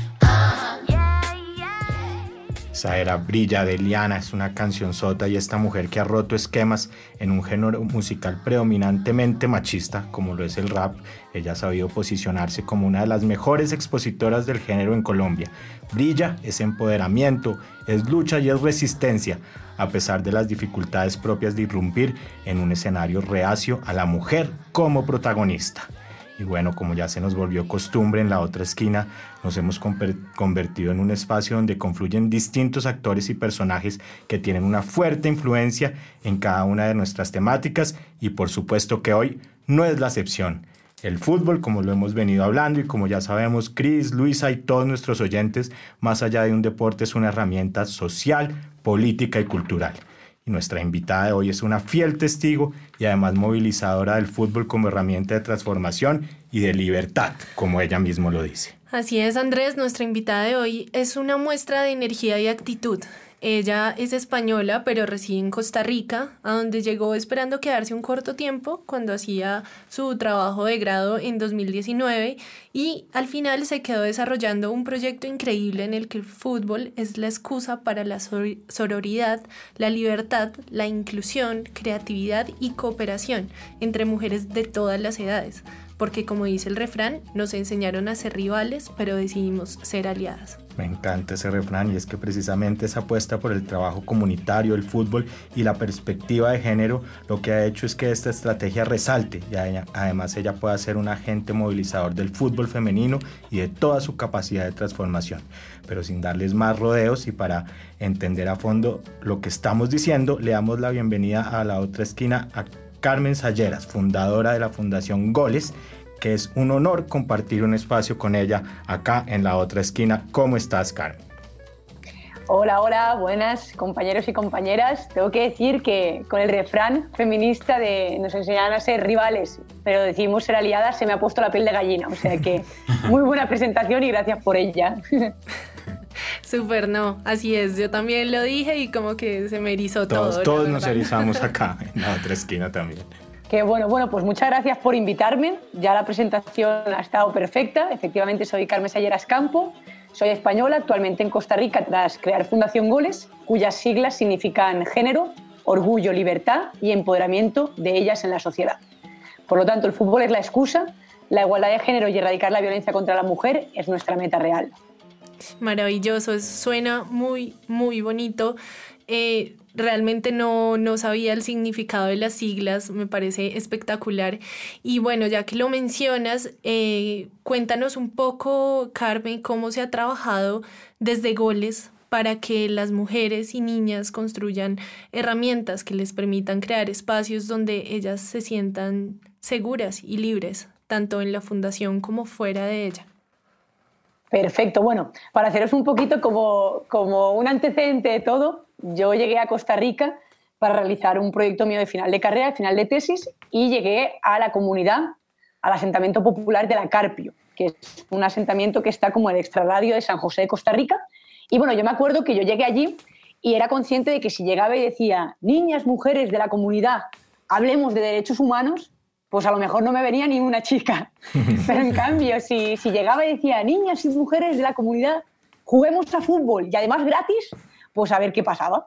Esa era Brilla de Liana, es una cancionzota, y esta mujer que ha roto esquemas en un género musical predominantemente machista como lo es el rap. Ella ha sabido posicionarse como una de las mejores expositoras del género en Colombia. Brilla es empoderamiento, es lucha y es resistencia, a pesar de las dificultades propias de irrumpir en un escenario reacio a la mujer como protagonista. Y bueno, como ya se nos volvió costumbre, en la otra esquina nos hemos convertido en un espacio donde confluyen distintos actores y personajes que tienen una fuerte influencia en cada una de nuestras temáticas, y por supuesto que hoy no es la excepción. El fútbol, como lo hemos venido hablando y como ya sabemos, Cris, Luisa y todos nuestros oyentes, más allá de un deporte, es una herramienta social, política y cultural. Y nuestra invitada de hoy es una fiel testigo y además movilizadora del fútbol como herramienta de transformación y de libertad, como ella misma lo dice. Así es, Andrés, nuestra invitada de hoy es una muestra de energía y actitud. Ella es española, pero reside en Costa Rica, a donde llegó esperando quedarse un corto tiempo cuando hacía su trabajo de grado en dos mil diecinueve, y al final se quedó desarrollando un proyecto increíble en el que el fútbol es la excusa para la sor- sororidad, la libertad, la inclusión, creatividad y cooperación entre mujeres de todas las edades. Porque, como dice el refrán, nos enseñaron a ser rivales, pero decidimos ser aliadas. Me encanta ese refrán, y es que precisamente esa apuesta por el trabajo comunitario, el fútbol y la perspectiva de género lo que ha hecho es que esta estrategia resalte, y además ella pueda ser un agente movilizador del fútbol femenino y de toda su capacidad de transformación. Pero sin darles más rodeos y para entender a fondo lo que estamos diciendo, le damos la bienvenida a la otra esquina a Carmen Salleras, fundadora de la Fundación Goles, que es un honor compartir un espacio con ella acá en la otra esquina. ¿Cómo estás, Carmen? Hola, hola, buenas compañeros y compañeras. Tengo que decir que con el refrán feminista de nos enseñaron a ser rivales, pero decidimos ser aliadas, se me ha puesto la piel de gallina. O sea que muy buena presentación y gracias por ella. Súper, no, así es, yo también lo dije y como que se me erizó todos, todo. Todos nos erizamos acá en la otra esquina también. Qué bueno, bueno, pues muchas gracias por invitarme. Ya la presentación ha estado perfecta. Efectivamente, soy Carmen Salleras Campo, soy española, actualmente en Costa Rica tras crear Fundación Goles, cuyas siglas significan género, orgullo, libertad y empoderamiento de ellas en la sociedad. Por lo tanto, el fútbol es la excusa, la igualdad de género y erradicar la violencia contra la mujer es nuestra meta real. Maravilloso, suena muy, muy bonito. Eh, realmente no, no sabía el significado de las siglas, me parece espectacular. Y bueno, ya que lo mencionas, eh, cuéntanos un poco, Carmen, cómo se ha trabajado desde Goles para que las mujeres y niñas construyan herramientas que les permitan crear espacios donde ellas se sientan seguras y libres, tanto en la fundación como fuera de ella. Perfecto. Bueno, para haceros un poquito como, como un antecedente de todo, yo llegué a Costa Rica para realizar un proyecto mío de final de carrera, de final de tesis, y llegué a la comunidad, al asentamiento popular de La Carpio, que es un asentamiento que está como el extrarradio de San José de Costa Rica. Y bueno, yo me acuerdo que yo llegué allí y era consciente de que si llegaba y decía niñas, mujeres de la comunidad, hablemos de derechos humanos, pues a lo mejor no me venía ni una chica. Pero en cambio, si, si llegaba y decía niñas y mujeres de la comunidad, juguemos a fútbol y además gratis, pues a ver qué pasaba.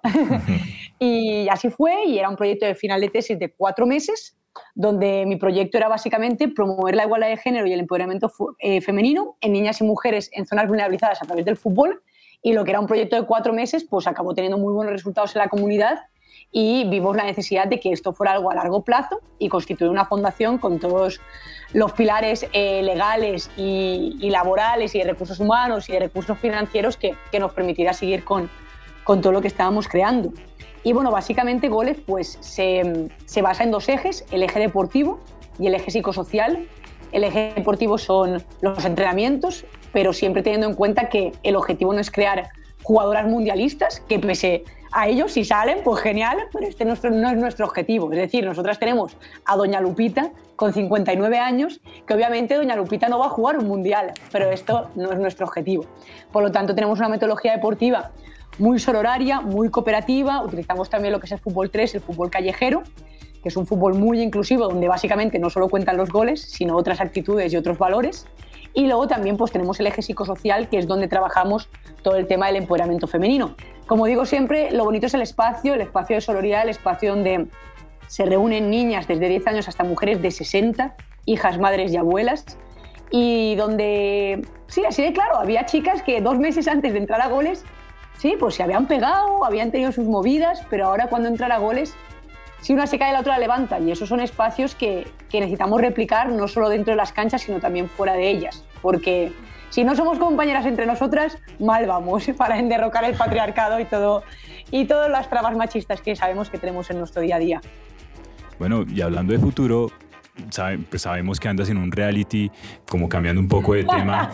Y así fue, y era un proyecto de final de tesis de cuatro meses, donde mi proyecto era básicamente promover la igualdad de género y el empoderamiento eh, femenino en niñas y mujeres en zonas vulnerabilizadas a través del fútbol. Y lo que era un proyecto de cuatro meses, pues acabó teniendo muy buenos resultados en la comunidad y vimos la necesidad de que esto fuera algo a largo plazo y constituir una fundación con todos los pilares eh, legales y, y laborales y de recursos humanos y de recursos financieros que, que nos permitiera seguir con, con todo lo que estábamos creando. Y bueno, básicamente Goles pues, se, se basa en dos ejes, el eje deportivo y el eje psicosocial. El eje deportivo son los entrenamientos, pero siempre teniendo en cuenta que el objetivo no es crear jugadoras mundialistas, que pese a ellos, si salen, pues genial, pero este no es nuestro objetivo. Es decir, nosotras tenemos a doña Lupita, con cincuenta y nueve años, que obviamente doña Lupita no va a jugar un mundial, pero esto no es nuestro objetivo. Por lo tanto, tenemos una metodología deportiva muy sororaria, muy cooperativa. Utilizamos también lo que es el fútbol tres, el fútbol callejero, que es un fútbol muy inclusivo, donde básicamente no solo cuentan los goles, sino otras actitudes y otros valores. Y luego también pues, tenemos el eje psicosocial, que es donde trabajamos todo el tema del empoderamiento femenino. Como digo siempre, lo bonito es el espacio, el espacio de sororidad, el espacio donde se reúnen niñas desde diez años hasta mujeres de sesenta, hijas, madres y abuelas, y donde, sí, así de claro, había chicas que dos meses antes de entrar a Goles, sí, pues se habían pegado, habían tenido sus movidas, pero ahora cuando entran a Goles, si una se cae, la otra la levanta, y esos son espacios que, que necesitamos replicar no solo dentro de las canchas, sino también fuera de ellas, porque si no somos compañeras entre nosotras, mal vamos para derrocar el patriarcado y, todo, y todas las trabas machistas que sabemos que tenemos en nuestro día a día. Bueno, y hablando de futuro, sabe, pues sabemos que andas en un reality, como cambiando un poco de tema.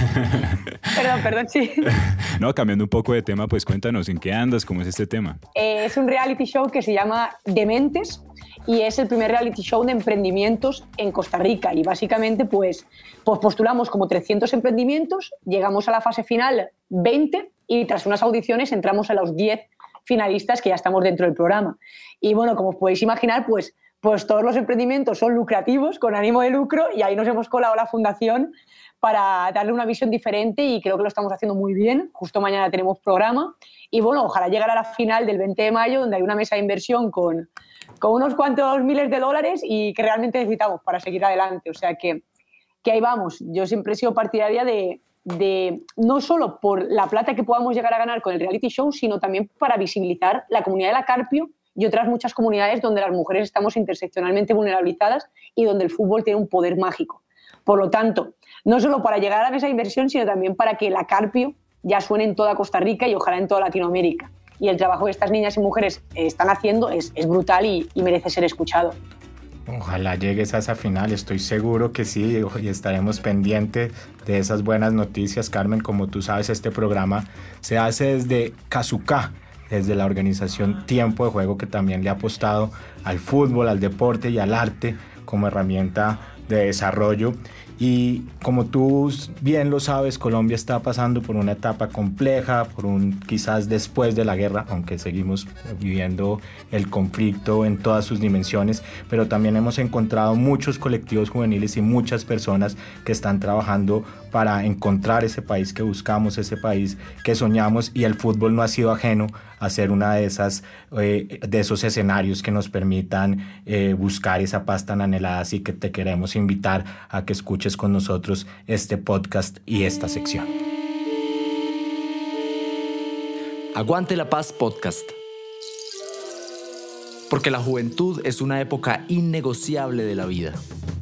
Perdón, perdón, sí. No, cambiando un poco de tema, pues cuéntanos, ¿en qué andas? ¿Cómo es este tema? Eh, es un reality show que se llama Dementes y es el primer reality show de emprendimientos en Costa Rica. Y básicamente, pues, pues postulamos como trescientos emprendimientos, llegamos a la fase final veinte y tras unas audiciones entramos a los diez finalistas que ya estamos dentro del programa. Y bueno, como os podéis imaginar, pues pues todos los emprendimientos son lucrativos, con ánimo de lucro, y ahí nos hemos colado la fundación para darle una visión diferente y creo que lo estamos haciendo muy bien. Justo mañana tenemos programa y bueno, ojalá llegar a la final del veinte de mayo, donde hay una mesa de inversión con, con unos cuantos miles de dólares y que realmente necesitamos para seguir adelante. O sea que, que ahí vamos. Yo siempre he sido partidaria de, de no solo por la plata que podamos llegar a ganar con el reality show, sino también para visibilizar la comunidad de La Carpio y otras muchas comunidades donde las mujeres estamos interseccionalmente vulnerabilizadas y donde el fútbol tiene un poder mágico. Por lo tanto, no solo para llegar a la mesa de inversión, sino también para que La Carpio ya suene en toda Costa Rica y ojalá en toda Latinoamérica. Y el trabajo que estas niñas y mujeres están haciendo es, es brutal y, y merece ser escuchado. Ojalá llegues a esa final, estoy seguro que sí, y estaremos pendientes de esas buenas noticias. Carmen, como tú sabes, este programa se hace desde Cazucá, desde la organización Tiempo de Juego, que también le ha apostado al fútbol, al deporte y al arte como herramienta de desarrollo. Y como tú bien lo sabes, Colombia está pasando por una etapa compleja, por un quizás después de la guerra, aunque seguimos viviendo el conflicto en todas sus dimensiones, pero también hemos encontrado muchos colectivos juveniles y muchas personas que están trabajando para encontrar ese país que buscamos, ese país que soñamos, y el fútbol no ha sido ajeno a ser una de esas eh, de esos escenarios que nos permitan eh, buscar esa paz tan anhelada. Así que te queremos invitar a que escuches con nosotros este podcast y esta sección. Aguante la Paz Podcast. porque la juventud es una época innegociable de la vida.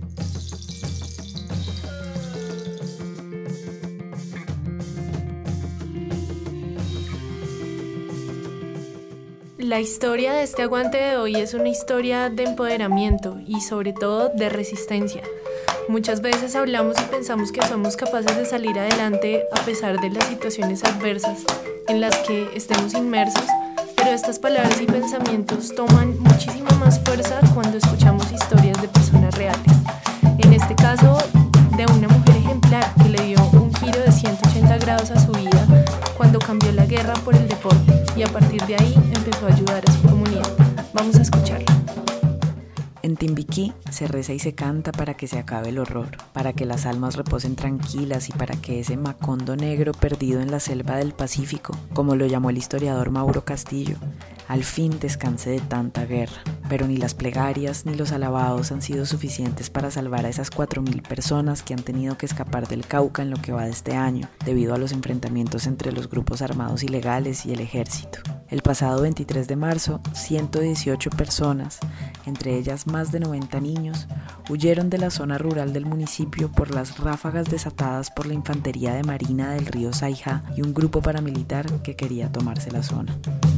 La historia de este aguante de hoy es una historia de empoderamiento y sobre todo de resistencia. Muchas veces hablamos y pensamos que somos capaces de salir adelante a pesar de las situaciones adversas en las que estemos inmersos, pero estas palabras y pensamientos toman muchísima más fuerza cuando escuchamos historias de personas reales. En este caso, de una mujer ejemplar que le dio un giro de ciento ochenta grados a su vida cuando cambió la guerra por el deporte y a partir de ahí empezó a ayudar a su comunidad. Vamos a escucharla. En Timbiquí se reza y se canta para que se acabe el horror, para que las almas reposen tranquilas y para que ese Macondo negro perdido en la selva del Pacífico, como lo llamó el historiador Mauro Castillo, al fin descanse de tanta guerra. Pero ni las plegarias ni los alabados han sido suficientes para salvar a esas cuatro mil personas que han tenido que escapar del Cauca en lo que va de este año, debido a los enfrentamientos entre los grupos armados ilegales y el ejército. El pasado veintitrés de marzo, ciento dieciocho personas, entre ellas más de noventa niños, huyeron de la zona rural del municipio por las ráfagas desatadas por la infantería de marina del río Saijá y un grupo paramilitar que quería tomarse la zona.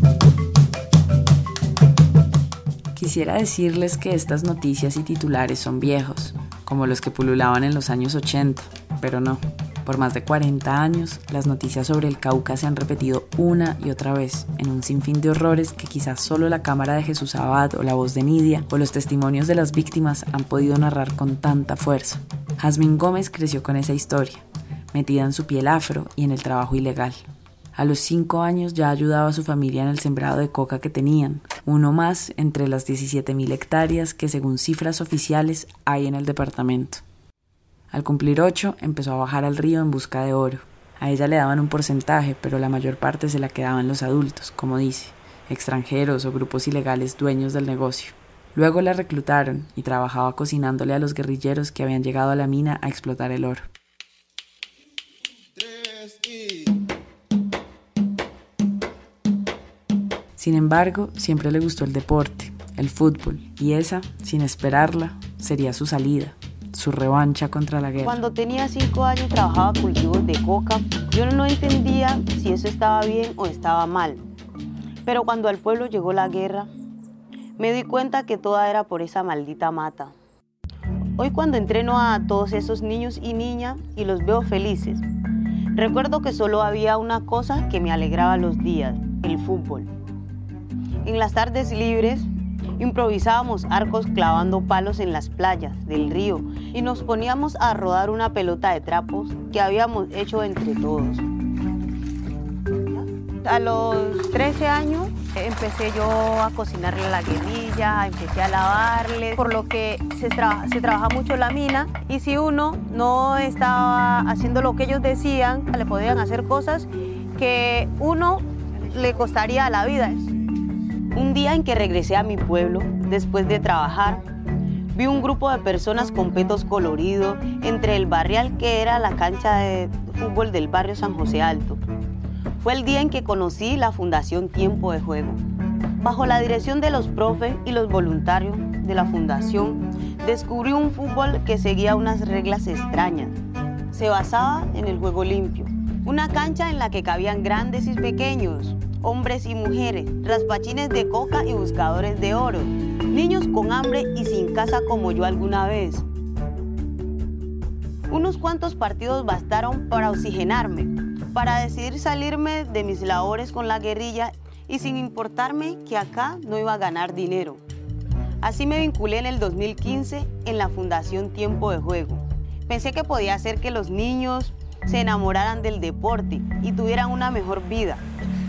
Quisiera decirles que estas noticias y titulares son viejos, como los que pululaban en los años ochenta, pero no. Por más de cuarenta años, las noticias sobre el Cauca se han repetido una y otra vez, en un sinfín de horrores que quizás solo la cámara de Jesús Abad o la voz de Nidia o los testimonios de las víctimas han podido narrar con tanta fuerza. Jazmín Gómez creció con esa historia, metida en su piel afro y en el trabajo ilegal. A los cinco años ya ayudaba a su familia en el sembrado de coca que tenían, uno más entre las diecisiete mil hectáreas que según cifras oficiales hay en el departamento. Al cumplir ocho, empezó a bajar al río en busca de oro. A ella le daban un porcentaje, pero la mayor parte se la quedaban los adultos, como dice, extranjeros o grupos ilegales dueños del negocio. Luego la reclutaron y trabajaba cocinándole a los guerrilleros que habían llegado a la mina a explotar el oro. Sin embargo, siempre le gustó el deporte, el fútbol, y esa, sin esperarla, sería su salida, su revancha contra la guerra. Cuando tenía cinco años trabajaba cultivos de coca. Yo no entendía si eso estaba bien o estaba mal. Pero cuando al pueblo llegó la guerra, me di cuenta que toda era por esa maldita mata. Hoy cuando entreno a todos esos niños y niñas y los veo felices, recuerdo que solo había una cosa que me alegraba los días, el fútbol. En las tardes libres, improvisábamos arcos clavando palos en las playas del río y nos poníamos a rodar una pelota de trapos que habíamos hecho entre todos. A los trece años empecé yo a cocinarle a la guerrilla, empecé a lavarle, por lo que se, tra- se trabaja mucho la mina y si uno no estaba haciendo lo que ellos decían, le podían hacer cosas que uno le costaría la vida. Un día en que regresé a mi pueblo, después de trabajar, vi un grupo de personas con petos coloridos entre el barrial que era la cancha de fútbol del barrio San José Alto. Fue el día en que conocí la Fundación Tiempo de Juego. Bajo la dirección de los profes y los voluntarios de la fundación, descubrí un fútbol que seguía unas reglas extrañas. Se basaba en el juego limpio, una cancha en la que cabían grandes y pequeños, hombres y mujeres, raspachines de coca y buscadores de oro, niños con hambre y sin casa como yo alguna vez. Unos cuantos partidos bastaron para oxigenarme, para decidir salirme de mis labores con la guerrilla y sin importarme que acá no iba a ganar dinero. Así me vinculé en el dos mil quince en la Fundación Tiempo de Juego. Pensé que podía hacer que los niños se enamoraran del deporte y tuvieran una mejor vida.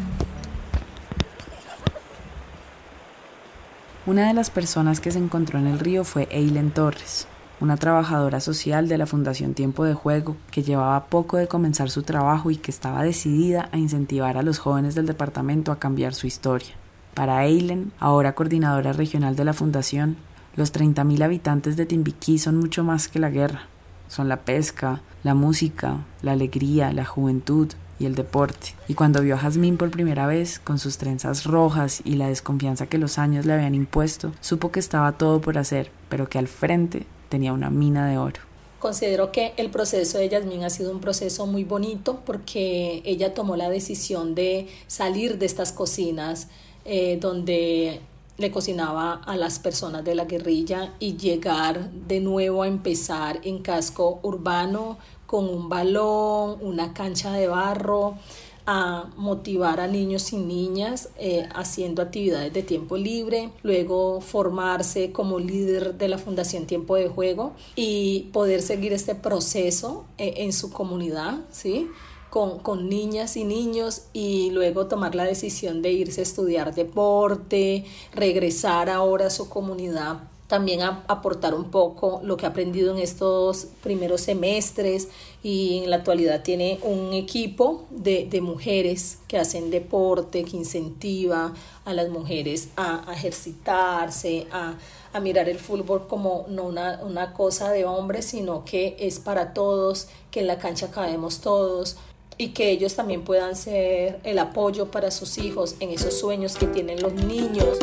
Una de las personas que se encontró en el río fue Eileen Torres, una trabajadora social de la Fundación Tiempo de Juego que llevaba poco de comenzar su trabajo y que estaba decidida a incentivar a los jóvenes del departamento a cambiar su historia. Para Eileen, ahora coordinadora regional de la fundación, los treinta mil habitantes de Timbiquí son mucho más que la guerra. son la pesca, la música, la alegría, la juventud y el deporte. Y cuando vio a Jazmín por primera vez, con sus trenzas rojas y la desconfianza que los años le habían impuesto, supo que estaba todo por hacer, pero que al frente tenía una mina de oro. Considero que el proceso de Yasmín ha sido un proceso muy bonito porque ella tomó la decisión de salir de estas cocinas eh, donde le cocinaba a las personas de la guerrilla y llegar de nuevo a empezar en casco urbano con un balón, una cancha de barro, a motivar a niños y niñas eh, haciendo actividades de tiempo libre, luego formarse como líder de la Fundación Tiempo de Juego y poder seguir este proceso eh, en su comunidad, ¿sí? Con, con niñas y niños, y luego tomar la decisión de irse a estudiar deporte, regresar ahora a su comunidad, también a, aportar un poco lo que ha aprendido en estos primeros semestres, y en la actualidad tiene un equipo de, de mujeres que hacen deporte, que incentiva a las mujeres a, a ejercitarse, a, a mirar el fútbol como no una, una cosa de hombres, sino que es para todos, que en la cancha cabemos todos, y que ellos también puedan ser el apoyo para sus hijos en esos sueños que tienen los niños.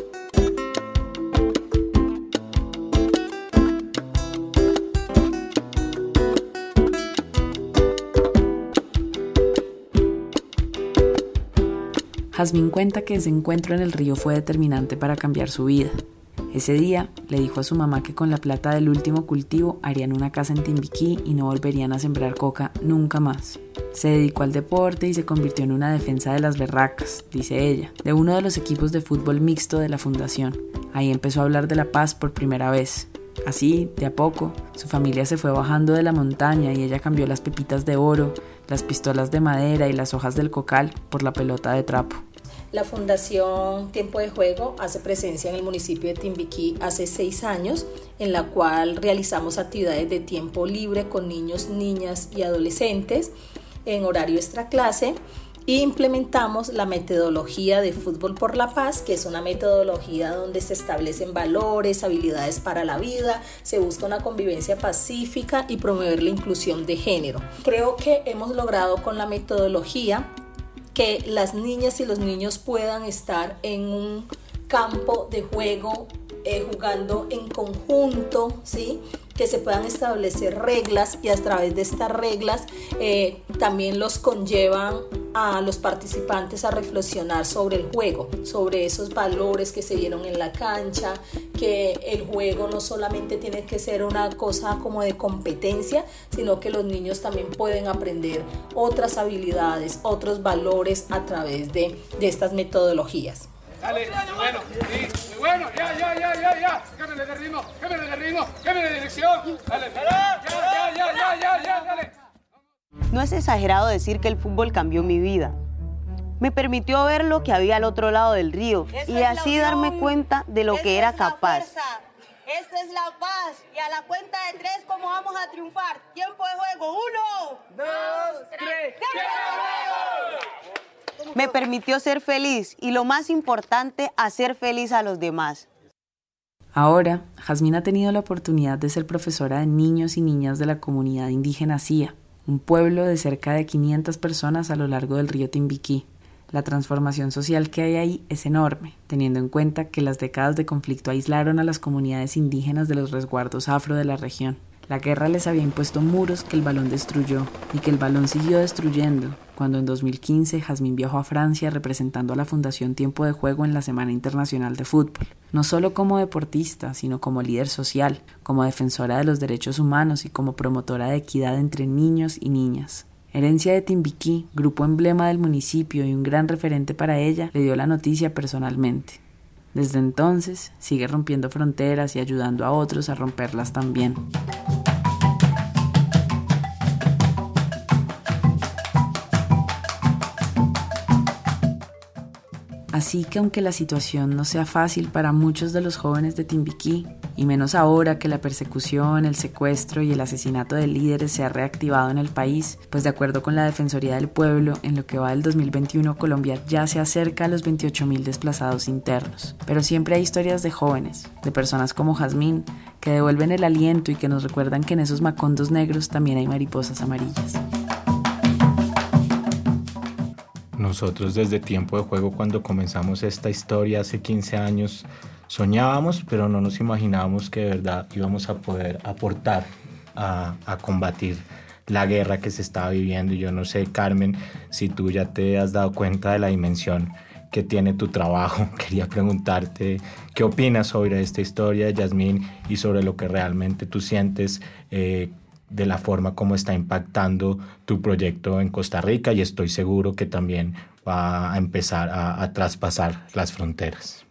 Jazmín cuenta que ese encuentro en el río fue determinante para cambiar su vida. Ese día le dijo a su mamá que con la plata del último cultivo harían una casa en Timbiquí y no volverían a sembrar coca nunca más. Se dedicó al deporte y se convirtió en una defensa de las berracas, dice ella, de uno de los equipos de fútbol mixto de la fundación. Ahí empezó a hablar de la paz por primera vez. Así, de a poco, su familia se fue bajando de la montaña y ella cambió las pepitas de oro, las pistolas de madera y las hojas del cocal por la pelota de trapo. La Fundación Tiempo de Juego hace presencia en el municipio de Timbiquí hace seis años, en la cual realizamos actividades de tiempo libre con niños, niñas y adolescentes en horario extraclase, e implementamos la metodología de Fútbol por la Paz, que es una metodología donde se establecen valores, habilidades para la vida, se busca una convivencia pacífica y promover la inclusión de género. Creo que hemos logrado con la metodología que las niñas y los niños puedan estar en un campo de juego eh, jugando en conjunto, ¿sí? Que se puedan establecer reglas, y a través de estas reglas eh, también los conllevan a los participantes a reflexionar sobre el juego, sobre esos valores que se dieron en la cancha, que el juego no solamente tiene que ser una cosa como de competencia, sino que los niños también pueden aprender otras habilidades, otros valores a través de, de estas metodologías. Dale, muy bueno, sí, muy bueno, ya, ya, ya, ya, ya, cámbiale de ritmo, cámbiale de ritmo, cámbiale de dirección, dale, ya, ya, ya, ya, ya, ya, dale. No es exagerado decir que el fútbol cambió mi vida. Me permitió ver lo que había al otro lado del río y así darme cuenta de lo que era capaz. Esta es la paz, y a la cuenta de tres, ¿cómo vamos a triunfar? Tiempo de juego, uno, dos, tres, ¡tiempo de juego! Me permitió ser feliz y lo más importante, hacer feliz a los demás. Ahora, Jazmín ha tenido la oportunidad de ser profesora de niños y niñas de la comunidad indígena Sia, un pueblo de cerca de quinientas personas a lo largo del río Timbiquí. La transformación social que hay ahí es enorme, teniendo en cuenta que las décadas de conflicto aislaron a las comunidades indígenas de los resguardos afro de la región. La guerra les había impuesto muros que el balón destruyó y que el balón siguió destruyendo, cuando en dos mil quince Jazmín viajó a Francia representando a la Fundación Tiempo de Juego en la Semana Internacional de Fútbol, no solo como deportista, sino como líder social, como defensora de los derechos humanos y como promotora de equidad entre niños y niñas. Herencia de Timbiquí, grupo emblema del municipio y un gran referente para ella, le dio la noticia personalmente. Desde entonces, sigue rompiendo fronteras y ayudando a otros a romperlas también. Así que aunque la situación no sea fácil para muchos de los jóvenes de Timbiquí, y menos ahora que la persecución, el secuestro y el asesinato de líderes se ha reactivado en el país, pues de acuerdo con la Defensoría del Pueblo, en lo que va del dos mil veintiuno, Colombia ya se acerca a los veintiocho mil desplazados internos. Pero siempre hay historias de jóvenes, de personas como Jazmín, que devuelven el aliento y que nos recuerdan que en esos macondos negros también hay mariposas amarillas. Nosotros desde Tiempo de Juego, cuando comenzamos esta historia hace quince años, soñábamos, pero no nos imaginábamos que de verdad íbamos a poder aportar a, a combatir la guerra que se estaba viviendo. Y yo no sé, Carmen, si tú ya te has dado cuenta de la dimensión que tiene tu trabajo. Quería preguntarte qué opinas sobre esta historia de Jazmín y sobre lo que realmente tú sientes eh, de la forma como está impactando tu proyecto en Costa Rica, y estoy seguro que también va a empezar a, a traspasar las fronteras.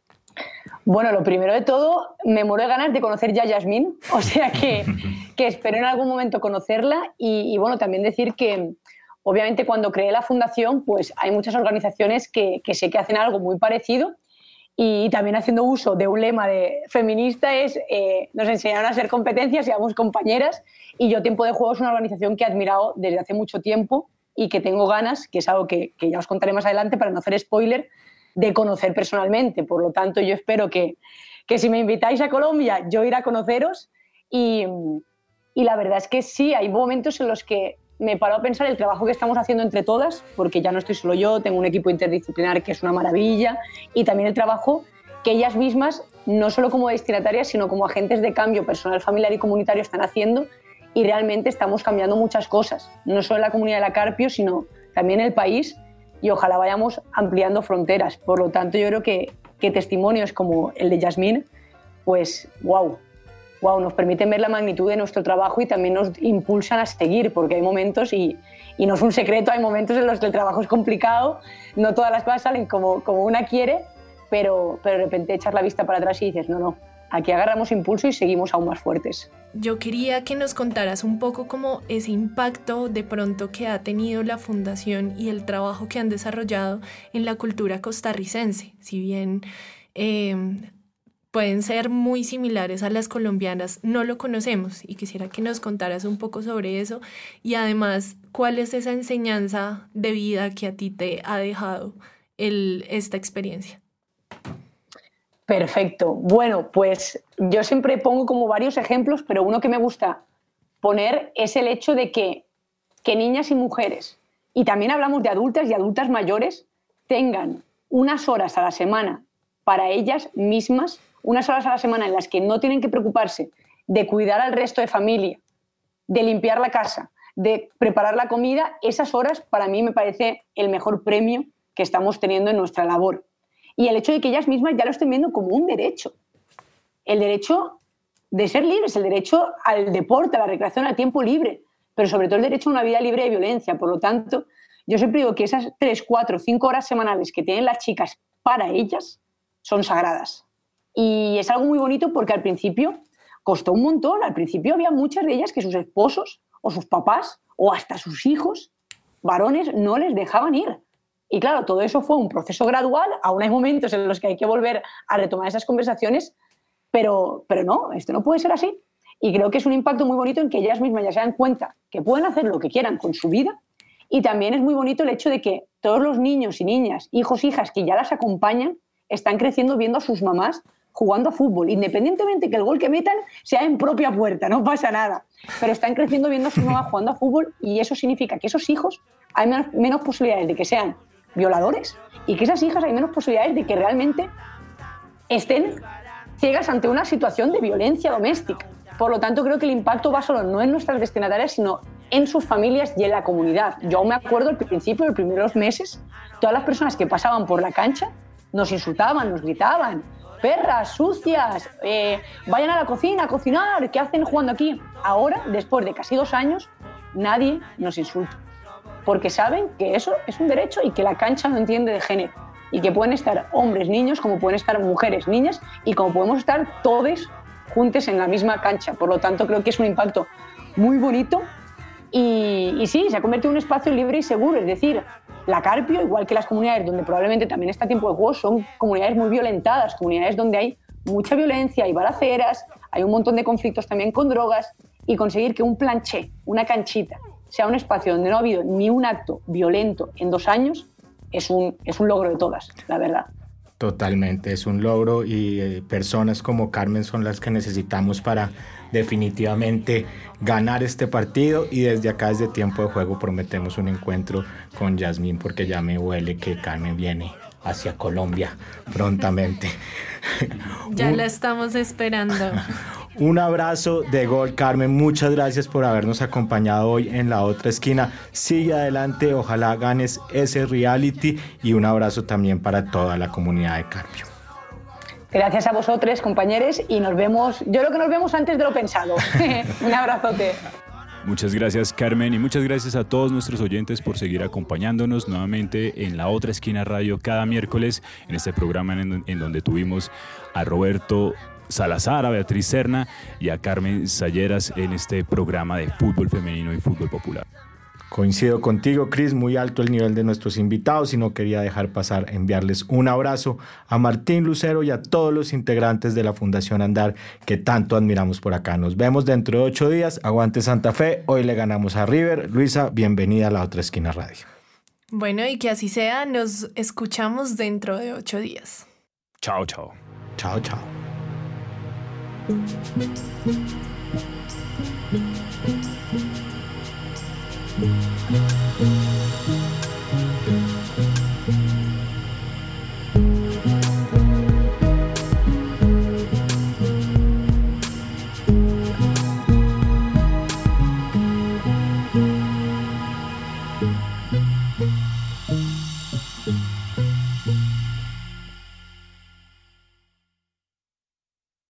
Bueno, lo primero de todo, me muero de ganas de conocer ya a Jazmín, o sea que, que espero en algún momento conocerla y, y bueno, también decir que obviamente cuando creé la fundación pues hay muchas organizaciones que, que sé que hacen algo muy parecido. Y también haciendo uso de un lema de feminista es, eh, nos enseñaron a ser competencias, seamos compañeras, y yo Tiempo de Juego es una organización que he admirado desde hace mucho tiempo y que tengo ganas, que es algo que, que ya os contaré más adelante para no hacer spoiler, de conocer personalmente. Por lo tanto, yo espero que, que si me invitáis a Colombia, yo iré a conoceros y, y la verdad es que sí, hay momentos en los que me paro a pensar el trabajo que estamos haciendo entre todas, porque ya no estoy solo yo, tengo un equipo interdisciplinar que es una maravilla, y también el trabajo que ellas mismas, no solo como destinatarias, sino como agentes de cambio personal, familiar y comunitario están haciendo, y realmente estamos cambiando muchas cosas, no solo en la comunidad de la Carpio, sino también en el país, y ojalá vayamos ampliando fronteras. Por lo tanto, yo creo que, que testimonios como el de Jazmín, pues wow, wow, nos permiten ver la magnitud de nuestro trabajo y también nos impulsan a seguir, porque hay momentos, y, y no es un secreto, hay momentos en los que el trabajo es complicado, no todas las cosas salen como, como una quiere, pero, pero de repente echas la vista para atrás y dices, no, no, aquí agarramos impulso y seguimos aún más fuertes. Yo quería que nos contaras un poco como ese impacto de pronto que ha tenido la fundación y el trabajo que han desarrollado en la cultura costarricense, si bien eh, pueden ser muy similares a las colombianas, no lo conocemos, y quisiera que nos contaras un poco sobre eso y además cuál es esa enseñanza de vida que a ti te ha dejado el, esta experiencia. Perfecto. Bueno, pues yo siempre pongo como varios ejemplos, pero uno que me gusta poner es el hecho de que, que niñas y mujeres, y también hablamos de adultas y adultas mayores, tengan unas horas a la semana para ellas mismas, unas horas a la semana en las que no tienen que preocuparse de cuidar al resto de familia, de limpiar la casa, de preparar la comida. Esas horas para mí me parece el mejor premio que estamos teniendo en nuestra labor. Y el hecho de que ellas mismas ya lo estén viendo como un derecho. El derecho de ser libres, el derecho al deporte, a la recreación, al tiempo libre, pero sobre todo el derecho a una vida libre de violencia. Por lo tanto, yo siempre digo que esas tres, cuatro, cinco horas semanales que tienen las chicas para ellas son sagradas. Y es algo muy bonito porque al principio costó un montón. Al principio había muchas de ellas que sus esposos o sus papás o hasta sus hijos varones no les dejaban ir. Y claro, todo eso fue un proceso gradual, aún hay momentos en los que hay que volver a retomar esas conversaciones, pero, pero no, esto no puede ser así. Y creo que es un impacto muy bonito en que ellas mismas ya se dan cuenta que pueden hacer lo que quieran con su vida, y también es muy bonito el hecho de que todos los niños y niñas, hijos, hijas que ya las acompañan, están creciendo viendo a sus mamás jugando a fútbol, independientemente que el gol que metan sea en propia puerta, no pasa nada, pero están creciendo viendo a sus mamás jugando a fútbol, y eso significa que esos hijos hay menos, menos posibilidades de que sean violadores, y que esas hijas hay menos posibilidades de que realmente estén ciegas ante una situación de violencia doméstica. Por lo tanto, creo que el impacto va solo no en nuestras destinatarias, sino en sus familias y en la comunidad. Yo aún me acuerdo al principio, los primeros meses, todas las personas que pasaban por la cancha nos insultaban, nos gritaban, perras, sucias, eh, vayan a la cocina a cocinar, ¿qué hacen jugando aquí? Ahora, después de casi dos años, nadie nos insulta, porque saben que eso es un derecho y que la cancha no entiende de género, y que pueden estar hombres, niños, como pueden estar mujeres, niñas, y como podemos estar todos juntos en la misma cancha. Por lo tanto, creo que es un impacto muy bonito, y, y sí, se ha convertido en un espacio libre y seguro. Es decir, La Carpio, igual que las comunidades donde probablemente también está tiempo de juego, son comunidades muy violentadas, comunidades donde hay mucha violencia, hay balaceras, hay un montón de conflictos también con drogas, y conseguir que un planché, una canchita, sea un espacio donde no ha habido ni un acto violento en dos años, es un, es un logro de todas, la verdad. Totalmente, es un logro y eh, personas como Carmen son las que necesitamos para definitivamente ganar este partido, y desde acá, desde Tiempo de Juego, prometemos un encuentro con Yasmín, porque ya me huele que Carmen viene hacia Colombia prontamente. Ya la estamos esperando. Un abrazo de gol, Carmen. Muchas gracias por habernos acompañado hoy en La Otra Esquina. Sigue adelante, ojalá ganes ese reality, y un abrazo también para toda la comunidad de Carpio. Gracias a vosotros, compañeros, y nos vemos, yo creo que nos vemos antes de lo pensado. Un abrazote. Muchas gracias, Carmen, y muchas gracias a todos nuestros oyentes por seguir acompañándonos nuevamente en La Otra Esquina Radio cada miércoles, en este programa en, en donde tuvimos a Roberto Salazar, a Beatriz Serna y a Carmen Salleras en este programa de fútbol femenino y fútbol popular. Coincido contigo, Cris, muy alto el nivel de nuestros invitados, y no quería dejar pasar enviarles un abrazo a Martín Lucero y a todos los integrantes de la Fundación Andar que tanto admiramos por acá. Nos vemos dentro de ocho días. Aguante Santa Fe, hoy le ganamos a River. Luisa, bienvenida a La Otra Esquina Radio. Bueno, y que así sea, nos escuchamos dentro de ocho días. Chao, chao. Chao, chao. Thank you.